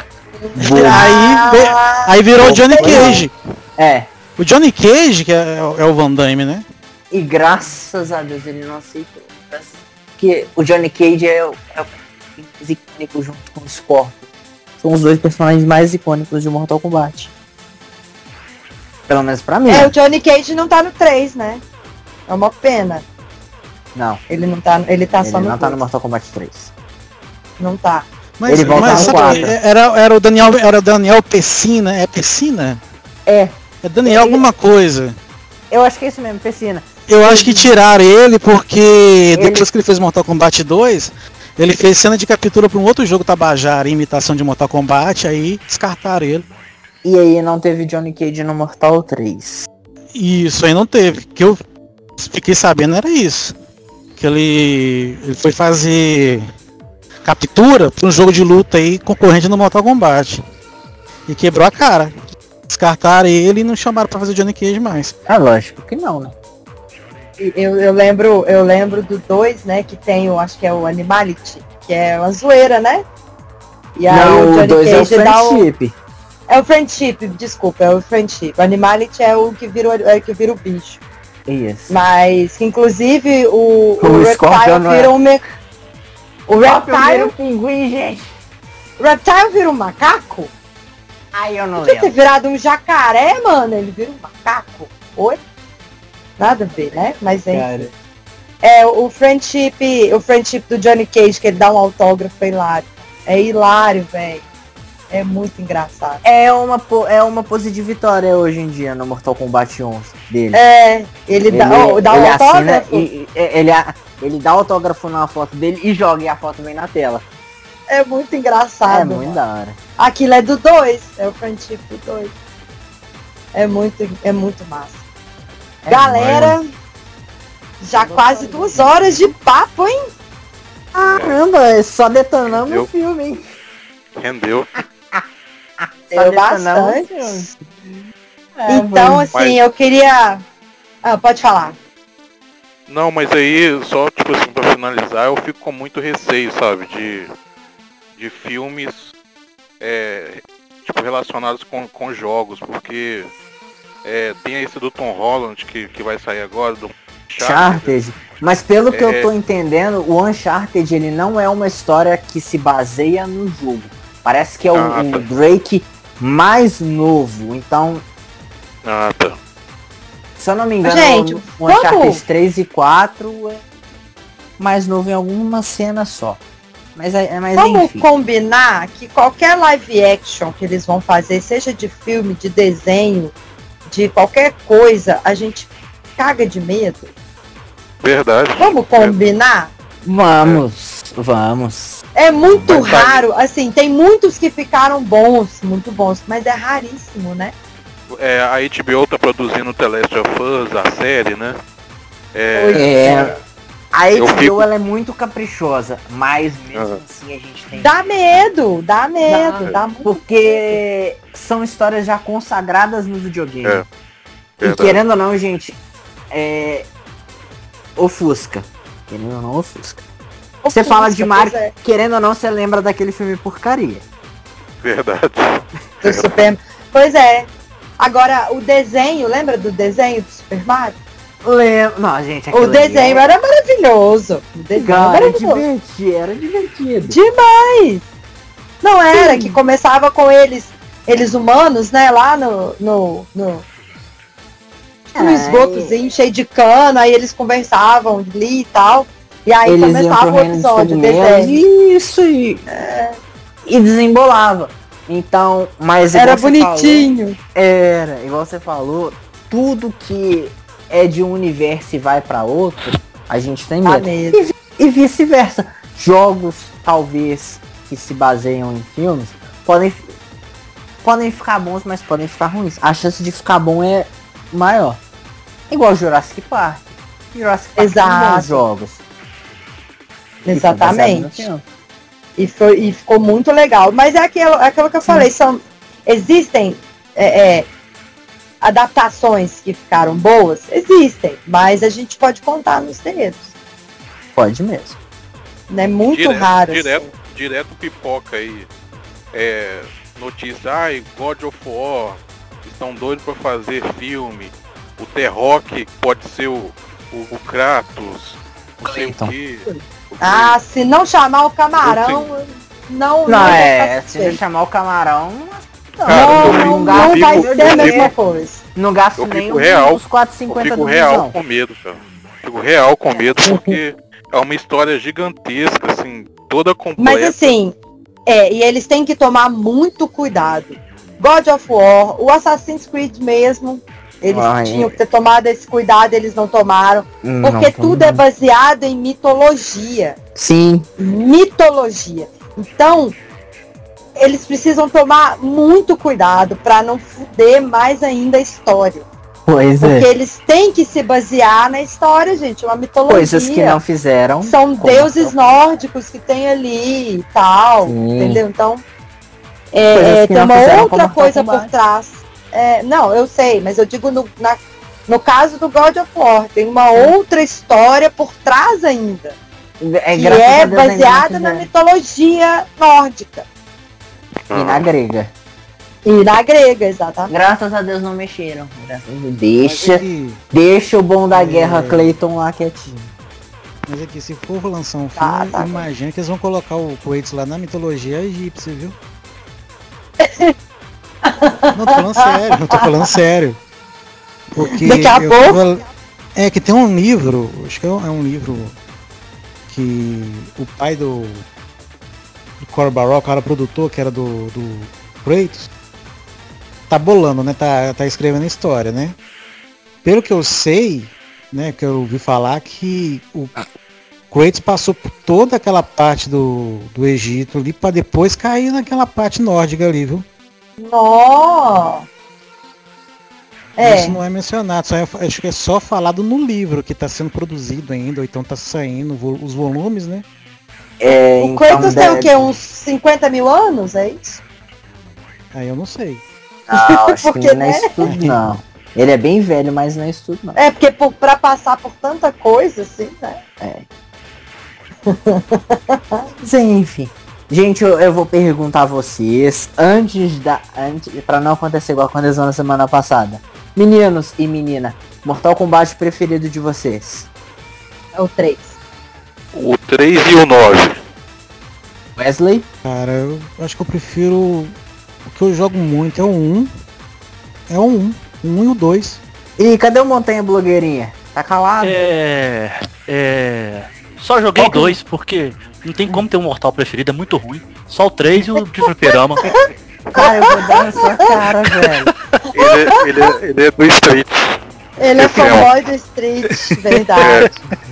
aí, aí virou o Johnny Cage. É. O Johnny Cage, que é, é o Van Damme, né? E graças a Deus ele não aceitou. Porque o Johnny Cage é o, é o mais icônico junto com o Scorpion. São os dois personagens mais icônicos de Mortal Kombat. Pelo menos pra mim. É, o Johnny Cage não tá no três, né? É uma pena. Não. Ele não tá, ele tá ele só no não dois. tá no Mortal Kombat três. Não tá. Mas, ele volta mas no quatro. Era, era o Daniel, era o Daniel Pessina, é Pessina? É. É Daniel ele... alguma coisa. Eu acho que é isso mesmo, Pessina. Eu ele... acho que tiraram ele porque ele... depois que ele fez Mortal Kombat dois, ele fez cena de captura para um outro jogo Tabajara, imitação de Mortal Kombat, aí descartaram ele. E aí não teve Johnny Cage no Mortal três. Isso aí não teve. Que eu fiquei sabendo era isso. Que ele, ele foi fazer captura para um jogo de luta aí concorrente no Mortal Kombat. E quebrou a cara. Descartaram ele e não chamaram para fazer Johnny Cage mais. Ah, lógico que não, né? Eu, eu lembro, eu lembro do dois, né, que tem o, acho que é o Animality, que é uma zoeira, né? E aí não, o Johnny dois Cage é o dá o Friendship. É o Friendship, desculpa, é o Friendship. O Animality é o que vira o, é o que vira o bicho. Isso. Mas que inclusive o, o, o Reptile vira um me... O Reptile o pinguim, gente. O Reptile vira um macaco? Ai, eu não Podia lembro. ter virado um jacaré, mano. Ele vira um macaco. Oi? Nada a ver, né? Mas é. É o friendship, o friendship do Johnny Cage, que ele dá um autógrafo, é hilário. É hilário, velho. É muito engraçado. É uma, é uma pose de vitória hoje em dia no Mortal Kombat onze dele. É, ele, ele dá, oh, dá ele um autógrafo. E, e, ele, ele dá autógrafo na foto dele e joga e a foto vem na tela. É muito engraçado. É muito mano. da hora. Aquilo é do dois, é o friendship do dois. É muito, é muito massa. É Galera, mãe. já quase duas horas de papo, hein? Caramba, só detonamos Rendeu. o filme, hein? Rendeu. Deu bastante. É, então, assim, mas... eu queria... Ah, pode falar. Não, mas aí, só, tipo assim, pra finalizar, eu fico com muito receio, sabe, de, de filmes, é, tipo, relacionados com, com jogos, porque é, tem esse do Tom Holland, que, que vai sair agora, do Uncharted. Mas pelo que é... eu tô entendendo, o Uncharted, ele não é uma história que se baseia no jogo. Parece que é o, ah, tá. o Drake mais novo, então... Ah, tá. Se eu não me engano, Gente, o, o Uncharted três e quatro é mais novo em alguma cena só. Mas, é, mas Vamos enfim. combinar que qualquer live action que eles vão fazer, seja de filme, de desenho, de qualquer coisa, a gente caga de medo. Verdade. Vamos combinar? Vamos, é. vamos. É muito mas, raro, assim, tem muitos que ficaram bons, muito bons, mas é raríssimo, né? É, a H B O tá produzindo The Last of Us, a série, né? É, é a H B O fico... ela é muito caprichosa, mas mesmo ah. assim a gente tem... Dá medo, dá medo, dá, dá muito porque medo. São histórias já consagradas no videogame. É, e querendo ou não, gente, é... ofusca. Querendo ou não, ofusca. Você fala de Mario, é. querendo ou não, você lembra daquele filme porcaria. Verdade. Do Super... Pois é. Agora, o desenho, lembra do desenho do Super Mario? Lembro. Não, gente, o desenho era, era maravilhoso. O desenho Cara, era divertido, era divertido. Demais! Não era, Sim. que começava com eles, eles humanos, né, lá no... no, no... no esgotozinho cheio de cano, aí eles conversavam ali e tal. E aí eles começava o episódio, o desenho. Isso aí. É. e desembolava. Então, mas era igual você bonitinho. Falou, era, igual você falou, tudo que é de um universo e vai pra outro, a gente tem medo. E, e vice-versa. Jogos, talvez, que se baseiam em filmes, podem, podem ficar bons, mas podem ficar ruins. A chance de ficar bom é maior. Igual Jurassic Park. Jurassic Park tem bons jogos. Exatamente. E, foi, e ficou muito legal. Mas é aquilo, é aquilo que eu falei. São, existem é, é, adaptações que ficaram boas? Existem. Mas a gente pode contar nos dedos. Pode mesmo. É muito direto, raro. Direto, assim. direto pipoca aí. É, notícia, ai, God of War, estão doidos pra fazer filme. O The-Rock pode ser o, o, o Kratos. Não sei então. o quê. Ah, se não chamar o camarão, não, não, não é, se não chamar o camarão, não, Cara, não, eu não, fico- não eu vai fico- ser a eu mesma fico- coisa. Não gasto Eu nem fico os, real, os quatrocentos e eu cinquenta fico do real Visão. com medo, cara. Fico real com medo porque é uma história gigantesca, assim, toda completa. Mas assim, é, e eles têm que tomar muito cuidado. God of War, o Assassin's Creed mesmo, eles Ai, tinham que ter tomado esse cuidado, eles não tomaram. Não Porque tudo é tomaram. baseado em mitologia. Sim. Mitologia. Então, eles precisam tomar muito cuidado para não fuder mais ainda a história. Pois Porque é. eles têm que se basear na história, gente, uma mitologia. Coisas que não fizeram. São como- deuses nórdicos que tem ali e tal, Sim. entendeu? Então, Coisas é, que tem não uma fizeram com outra Mortal coisa Kombat. por trás. É, não, eu sei, mas eu digo no, na- no caso do God of War, tem uma outra história por trás ainda. É, que graças é a Deus ainda não baseada na fizeram. mitologia nórdica. E na grega. E na grega, exatamente. Graças a Deus não mexeram. Graças a Deus. Deixa, Mas aqui, deixa o bom da É. guerra Clayton lá quietinho. mas aqui, se for lançar um filme, Tá, tá. imagina que eles vão colocar o Kratos lá na mitologia egípcia, viu? Não, tô falando sério, não tô falando sério. Porque Daqui a eu pouco- tava- É que tem um livro, acho que é um é um livro que o pai do, do Cory Barlog, o cara produtor que era do, do Kratos, tá bolando, né? Tá, tá escrevendo a história, né? Pelo que eu sei, né? Que eu ouvi falar que o Kratos passou por toda aquela parte do, do Egito ali pra depois cair naquela parte nórdica ali, viu? Nó! É. Isso não é mencionado, só é- acho que é só falado no livro que tá sendo produzido ainda, ou então tá saindo vo- os volumes, né? É, O então Kratos tem o deve- quê? Uns cinquenta mil anos, é isso? Aí eu não sei. Não, acho Porque, que não é né? isso tudo não. Ele é bem velho, mas não é isso tudo não. É, porque por, pra passar por tanta coisa, assim, né? Mas enfim. Gente, eu, eu vou perguntar a vocês, antes da. Antes, pra não acontecer igual aconteceu na semana passada. Meninos e menina, Mortal Kombat preferido de vocês? É o três. O três e o nove. Wesley? Cara, eu acho que eu prefiro. O que eu jogo muito é o um. É o um. O um e o dois. E cadê o Montanha Blogueirinha? Tá calado? É. É. Só joguei dois, porque não tem como ter um mortal preferido, é muito ruim. Só o três e o de fliperama. Cara, eu vou dar na sua cara, velho. Ele, é- ele, é- ele é do Street. Ele é Esse é um- fanboy do Street, verdade.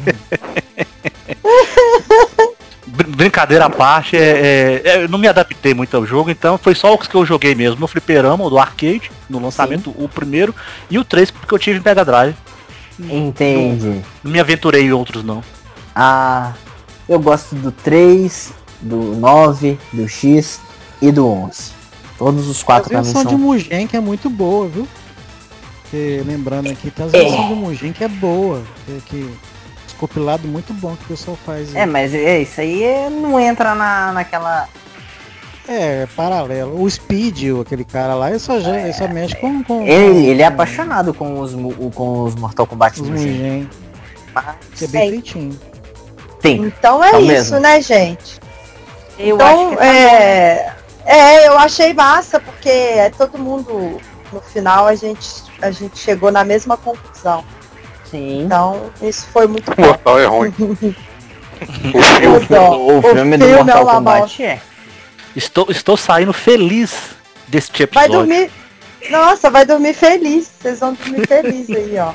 Br- Brincadeira à parte, é, é- é, eu não me adaptei muito ao jogo, então foi só os que eu joguei mesmo. No fliperama, o do arcade, no lançamento, o primeiro, e o três, porque eu tive em Mega Drive. Entendi. Não me aventurei em outros, não. Ah, eu gosto do três, do nove, do X e do onze. Todos os A quatro pra mim versão de são... Mugen que é muito boa, viu? Porque, lembrando aqui, tá a É. versão de Mugen que é boa. Que, que os compilados muito bom que o pessoal faz. É, mas é, isso aí é- não entra na, naquela... É, é paralelo. O Speed, aquele cara lá, ele só, já, ele só mexe com... com Ele, ele é com apaixonado com os, mu- com os Mortal Kombat os do Mugen. Mugen. Mas Que é bem É. feitinho. tem. Então é É o isso, mesmo. né, gente? Eu então, acho que tá é... é, eu achei massa, porque é todo mundo, no final, a gente, a gente chegou na mesma conclusão. Sim. Então, isso foi muito O bom. mortal é ruim. O O filme, dó. O O filme do filme é Mortal uma Kombat bosta. é. Estou, estou saindo feliz deste Vai episódio. dormir. Nossa, vai dormir feliz. Vocês vão dormir feliz aí, ó.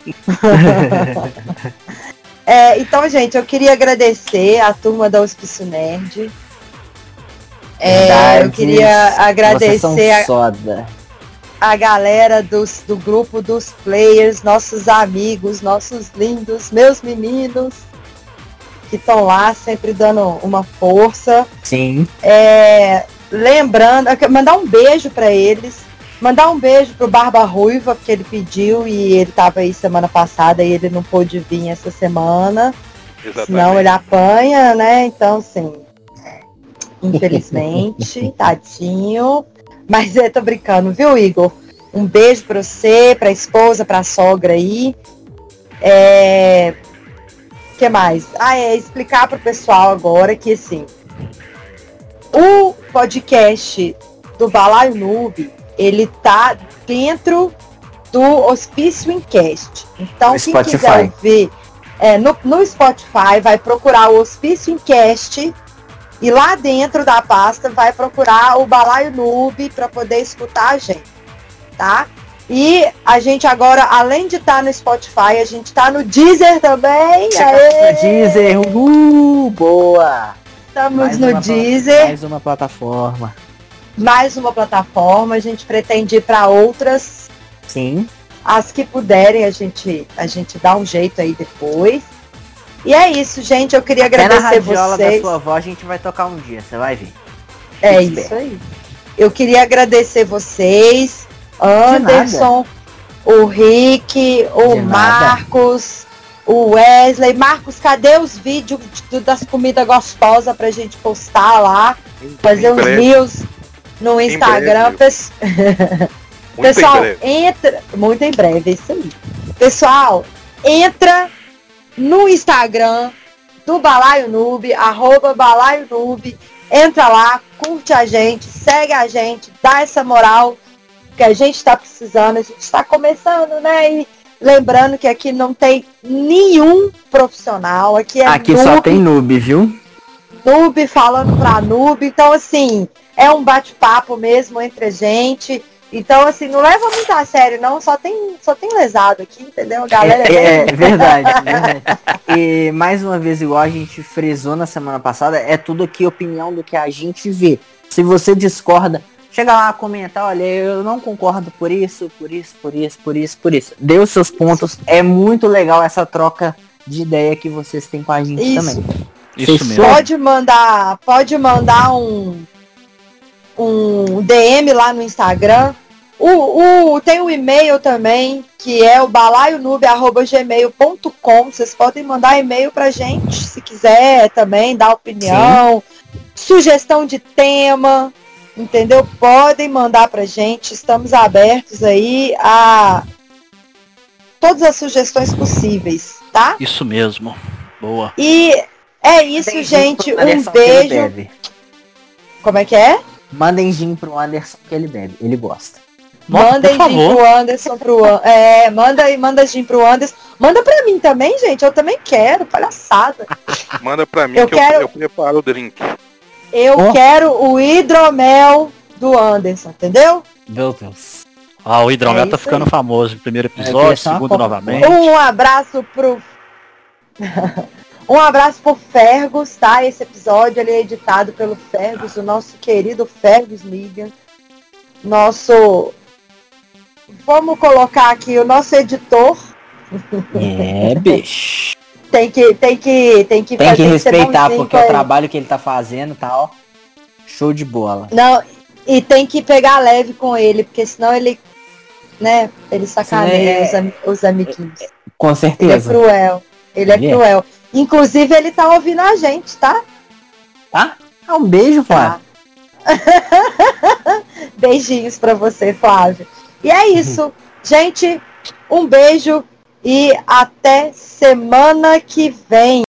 É, então, gente, eu queria agradecer a turma da Hospício Nerd. É, eu queria agradecer a, soda. a galera dos, do grupo dos players, nossos amigos, nossos lindos, meus meninos, que estão lá sempre dando uma força. Sim. É, lembrando, mandar um beijo para eles. Mandar um beijo pro Barba Ruiva, porque ele pediu e ele tava aí semana passada e ele não pôde vir essa semana. Exatamente. Senão ele apanha, né? Então, assim, infelizmente, tadinho. Mas eu tô brincando, viu, Igor? Um beijo pra você, pra esposa, pra sogra aí. É... O que mais? Ah, é explicar pro pessoal agora que, assim, o podcast do Balaio Noob, ele tá dentro do Hospício Incast. Então, no quem Spotify. quiser ouvir é, no, no Spotify, vai procurar o Hospício Incast e lá dentro da pasta vai procurar o Balaio Noob para poder escutar a gente, tá? E a gente agora, além de estar tá no Spotify, a gente tá no Deezer também. Aê! No Deezer, uhul, boa! Estamos mais no uma, Deezer. Mais uma plataforma. Mais uma plataforma, a gente pretende ir para outras. Sim. As que puderem, a gente, a gente dá um jeito aí depois. E é isso, gente. Eu queria Até agradecer na radiola vocês. Da sua avó a gente vai tocar um dia, você vai ver. É Fique isso bem. aí. Eu queria agradecer vocês, Anderson, o Rick, o De nada. Marcos, o Wesley. Marcos, cadê os vídeos de- das comidas gostosas pra gente postar lá? Fazer Em uns breve. reels no Em Instagram. breve. Pes- Muito Pessoal, em breve. entra. Muito em breve, é isso aí. Pessoal, entra no Instagram do Balaio Noob, arroba Balaio Noob. Entra lá, curte a gente, segue a gente, dá essa moral que a gente está precisando. A gente está começando, né? E lembrando que aqui não tem nenhum profissional. Aqui é Aqui noob, só tem noob, viu? noob falando pra noob. Então, assim, é um bate-papo mesmo entre a gente. Então, assim, não leva muito a sério, não. Só tem, só tem lesado aqui, entendeu? A galera É, é, bem- verdade, verdade. E mais uma vez, igual a gente frisou na semana passada, é tudo aqui opinião do que a gente vê. Se você discorda, chega lá, comenta, olha, eu não concordo por isso, por isso, por isso, por isso, por isso. Dê os seus pontos. É muito legal essa troca de ideia que vocês têm com a gente Isso. também. Isso Fechou? mesmo. Pode mandar, pode mandar um, um D M lá no Instagram. O, o, tem o e-mail também, que é o balaionoob arroba gmail ponto com. Vocês podem mandar e-mail pra gente, se quiser também, dar opinião, sugestão de tema, entendeu? Podem mandar pra gente. Estamos abertos aí a todas as sugestões possíveis, tá? Isso mesmo. Boa. E é isso, Mandem gente. gin pro Um Anderson que ele beijo. bebe. Como é que é? Mandem gin pro Anderson que ele bebe, ele gosta. Nossa, Manda por gin favor. pro Anderson, pro An- é, manda aí, manda gin pro Anderson. Manda pra mim também, gente. Eu também quero, palhaçada. Manda pra mim Eu que quero- eu, eu preparo o drink. Eu Oh. quero o hidromel do Anderson, entendeu? Meu Deus. Ah, o hidromel É tá isso ficando aí. famoso. Primeiro É, episódio, queria só uma segundo Coca-Cola. novamente. Um abraço pro. um abraço pro Fergus, tá? Esse episódio ele é editado pelo Fergus, o nosso querido Fergus Media. Nosso. Vamos colocar aqui o nosso editor. É, bicho. Tem que, tem que, tem que Tem que ser respeitar, bonzinho porque com o ele. trabalho que ele tá fazendo tá, ó, show de bola. Não, e tem que pegar leve com ele, porque senão ele, né, ele sacaneia É- os, am- os amiguinhos. Com Ele é certeza. cruel. Ele é Ele é. cruel. Inclusive, ele tá ouvindo a gente, tá? Tá? Ah, um beijo, Flávio. Beijinhos pra você, Flávio. E é isso. Gente, um beijo e até semana que vem.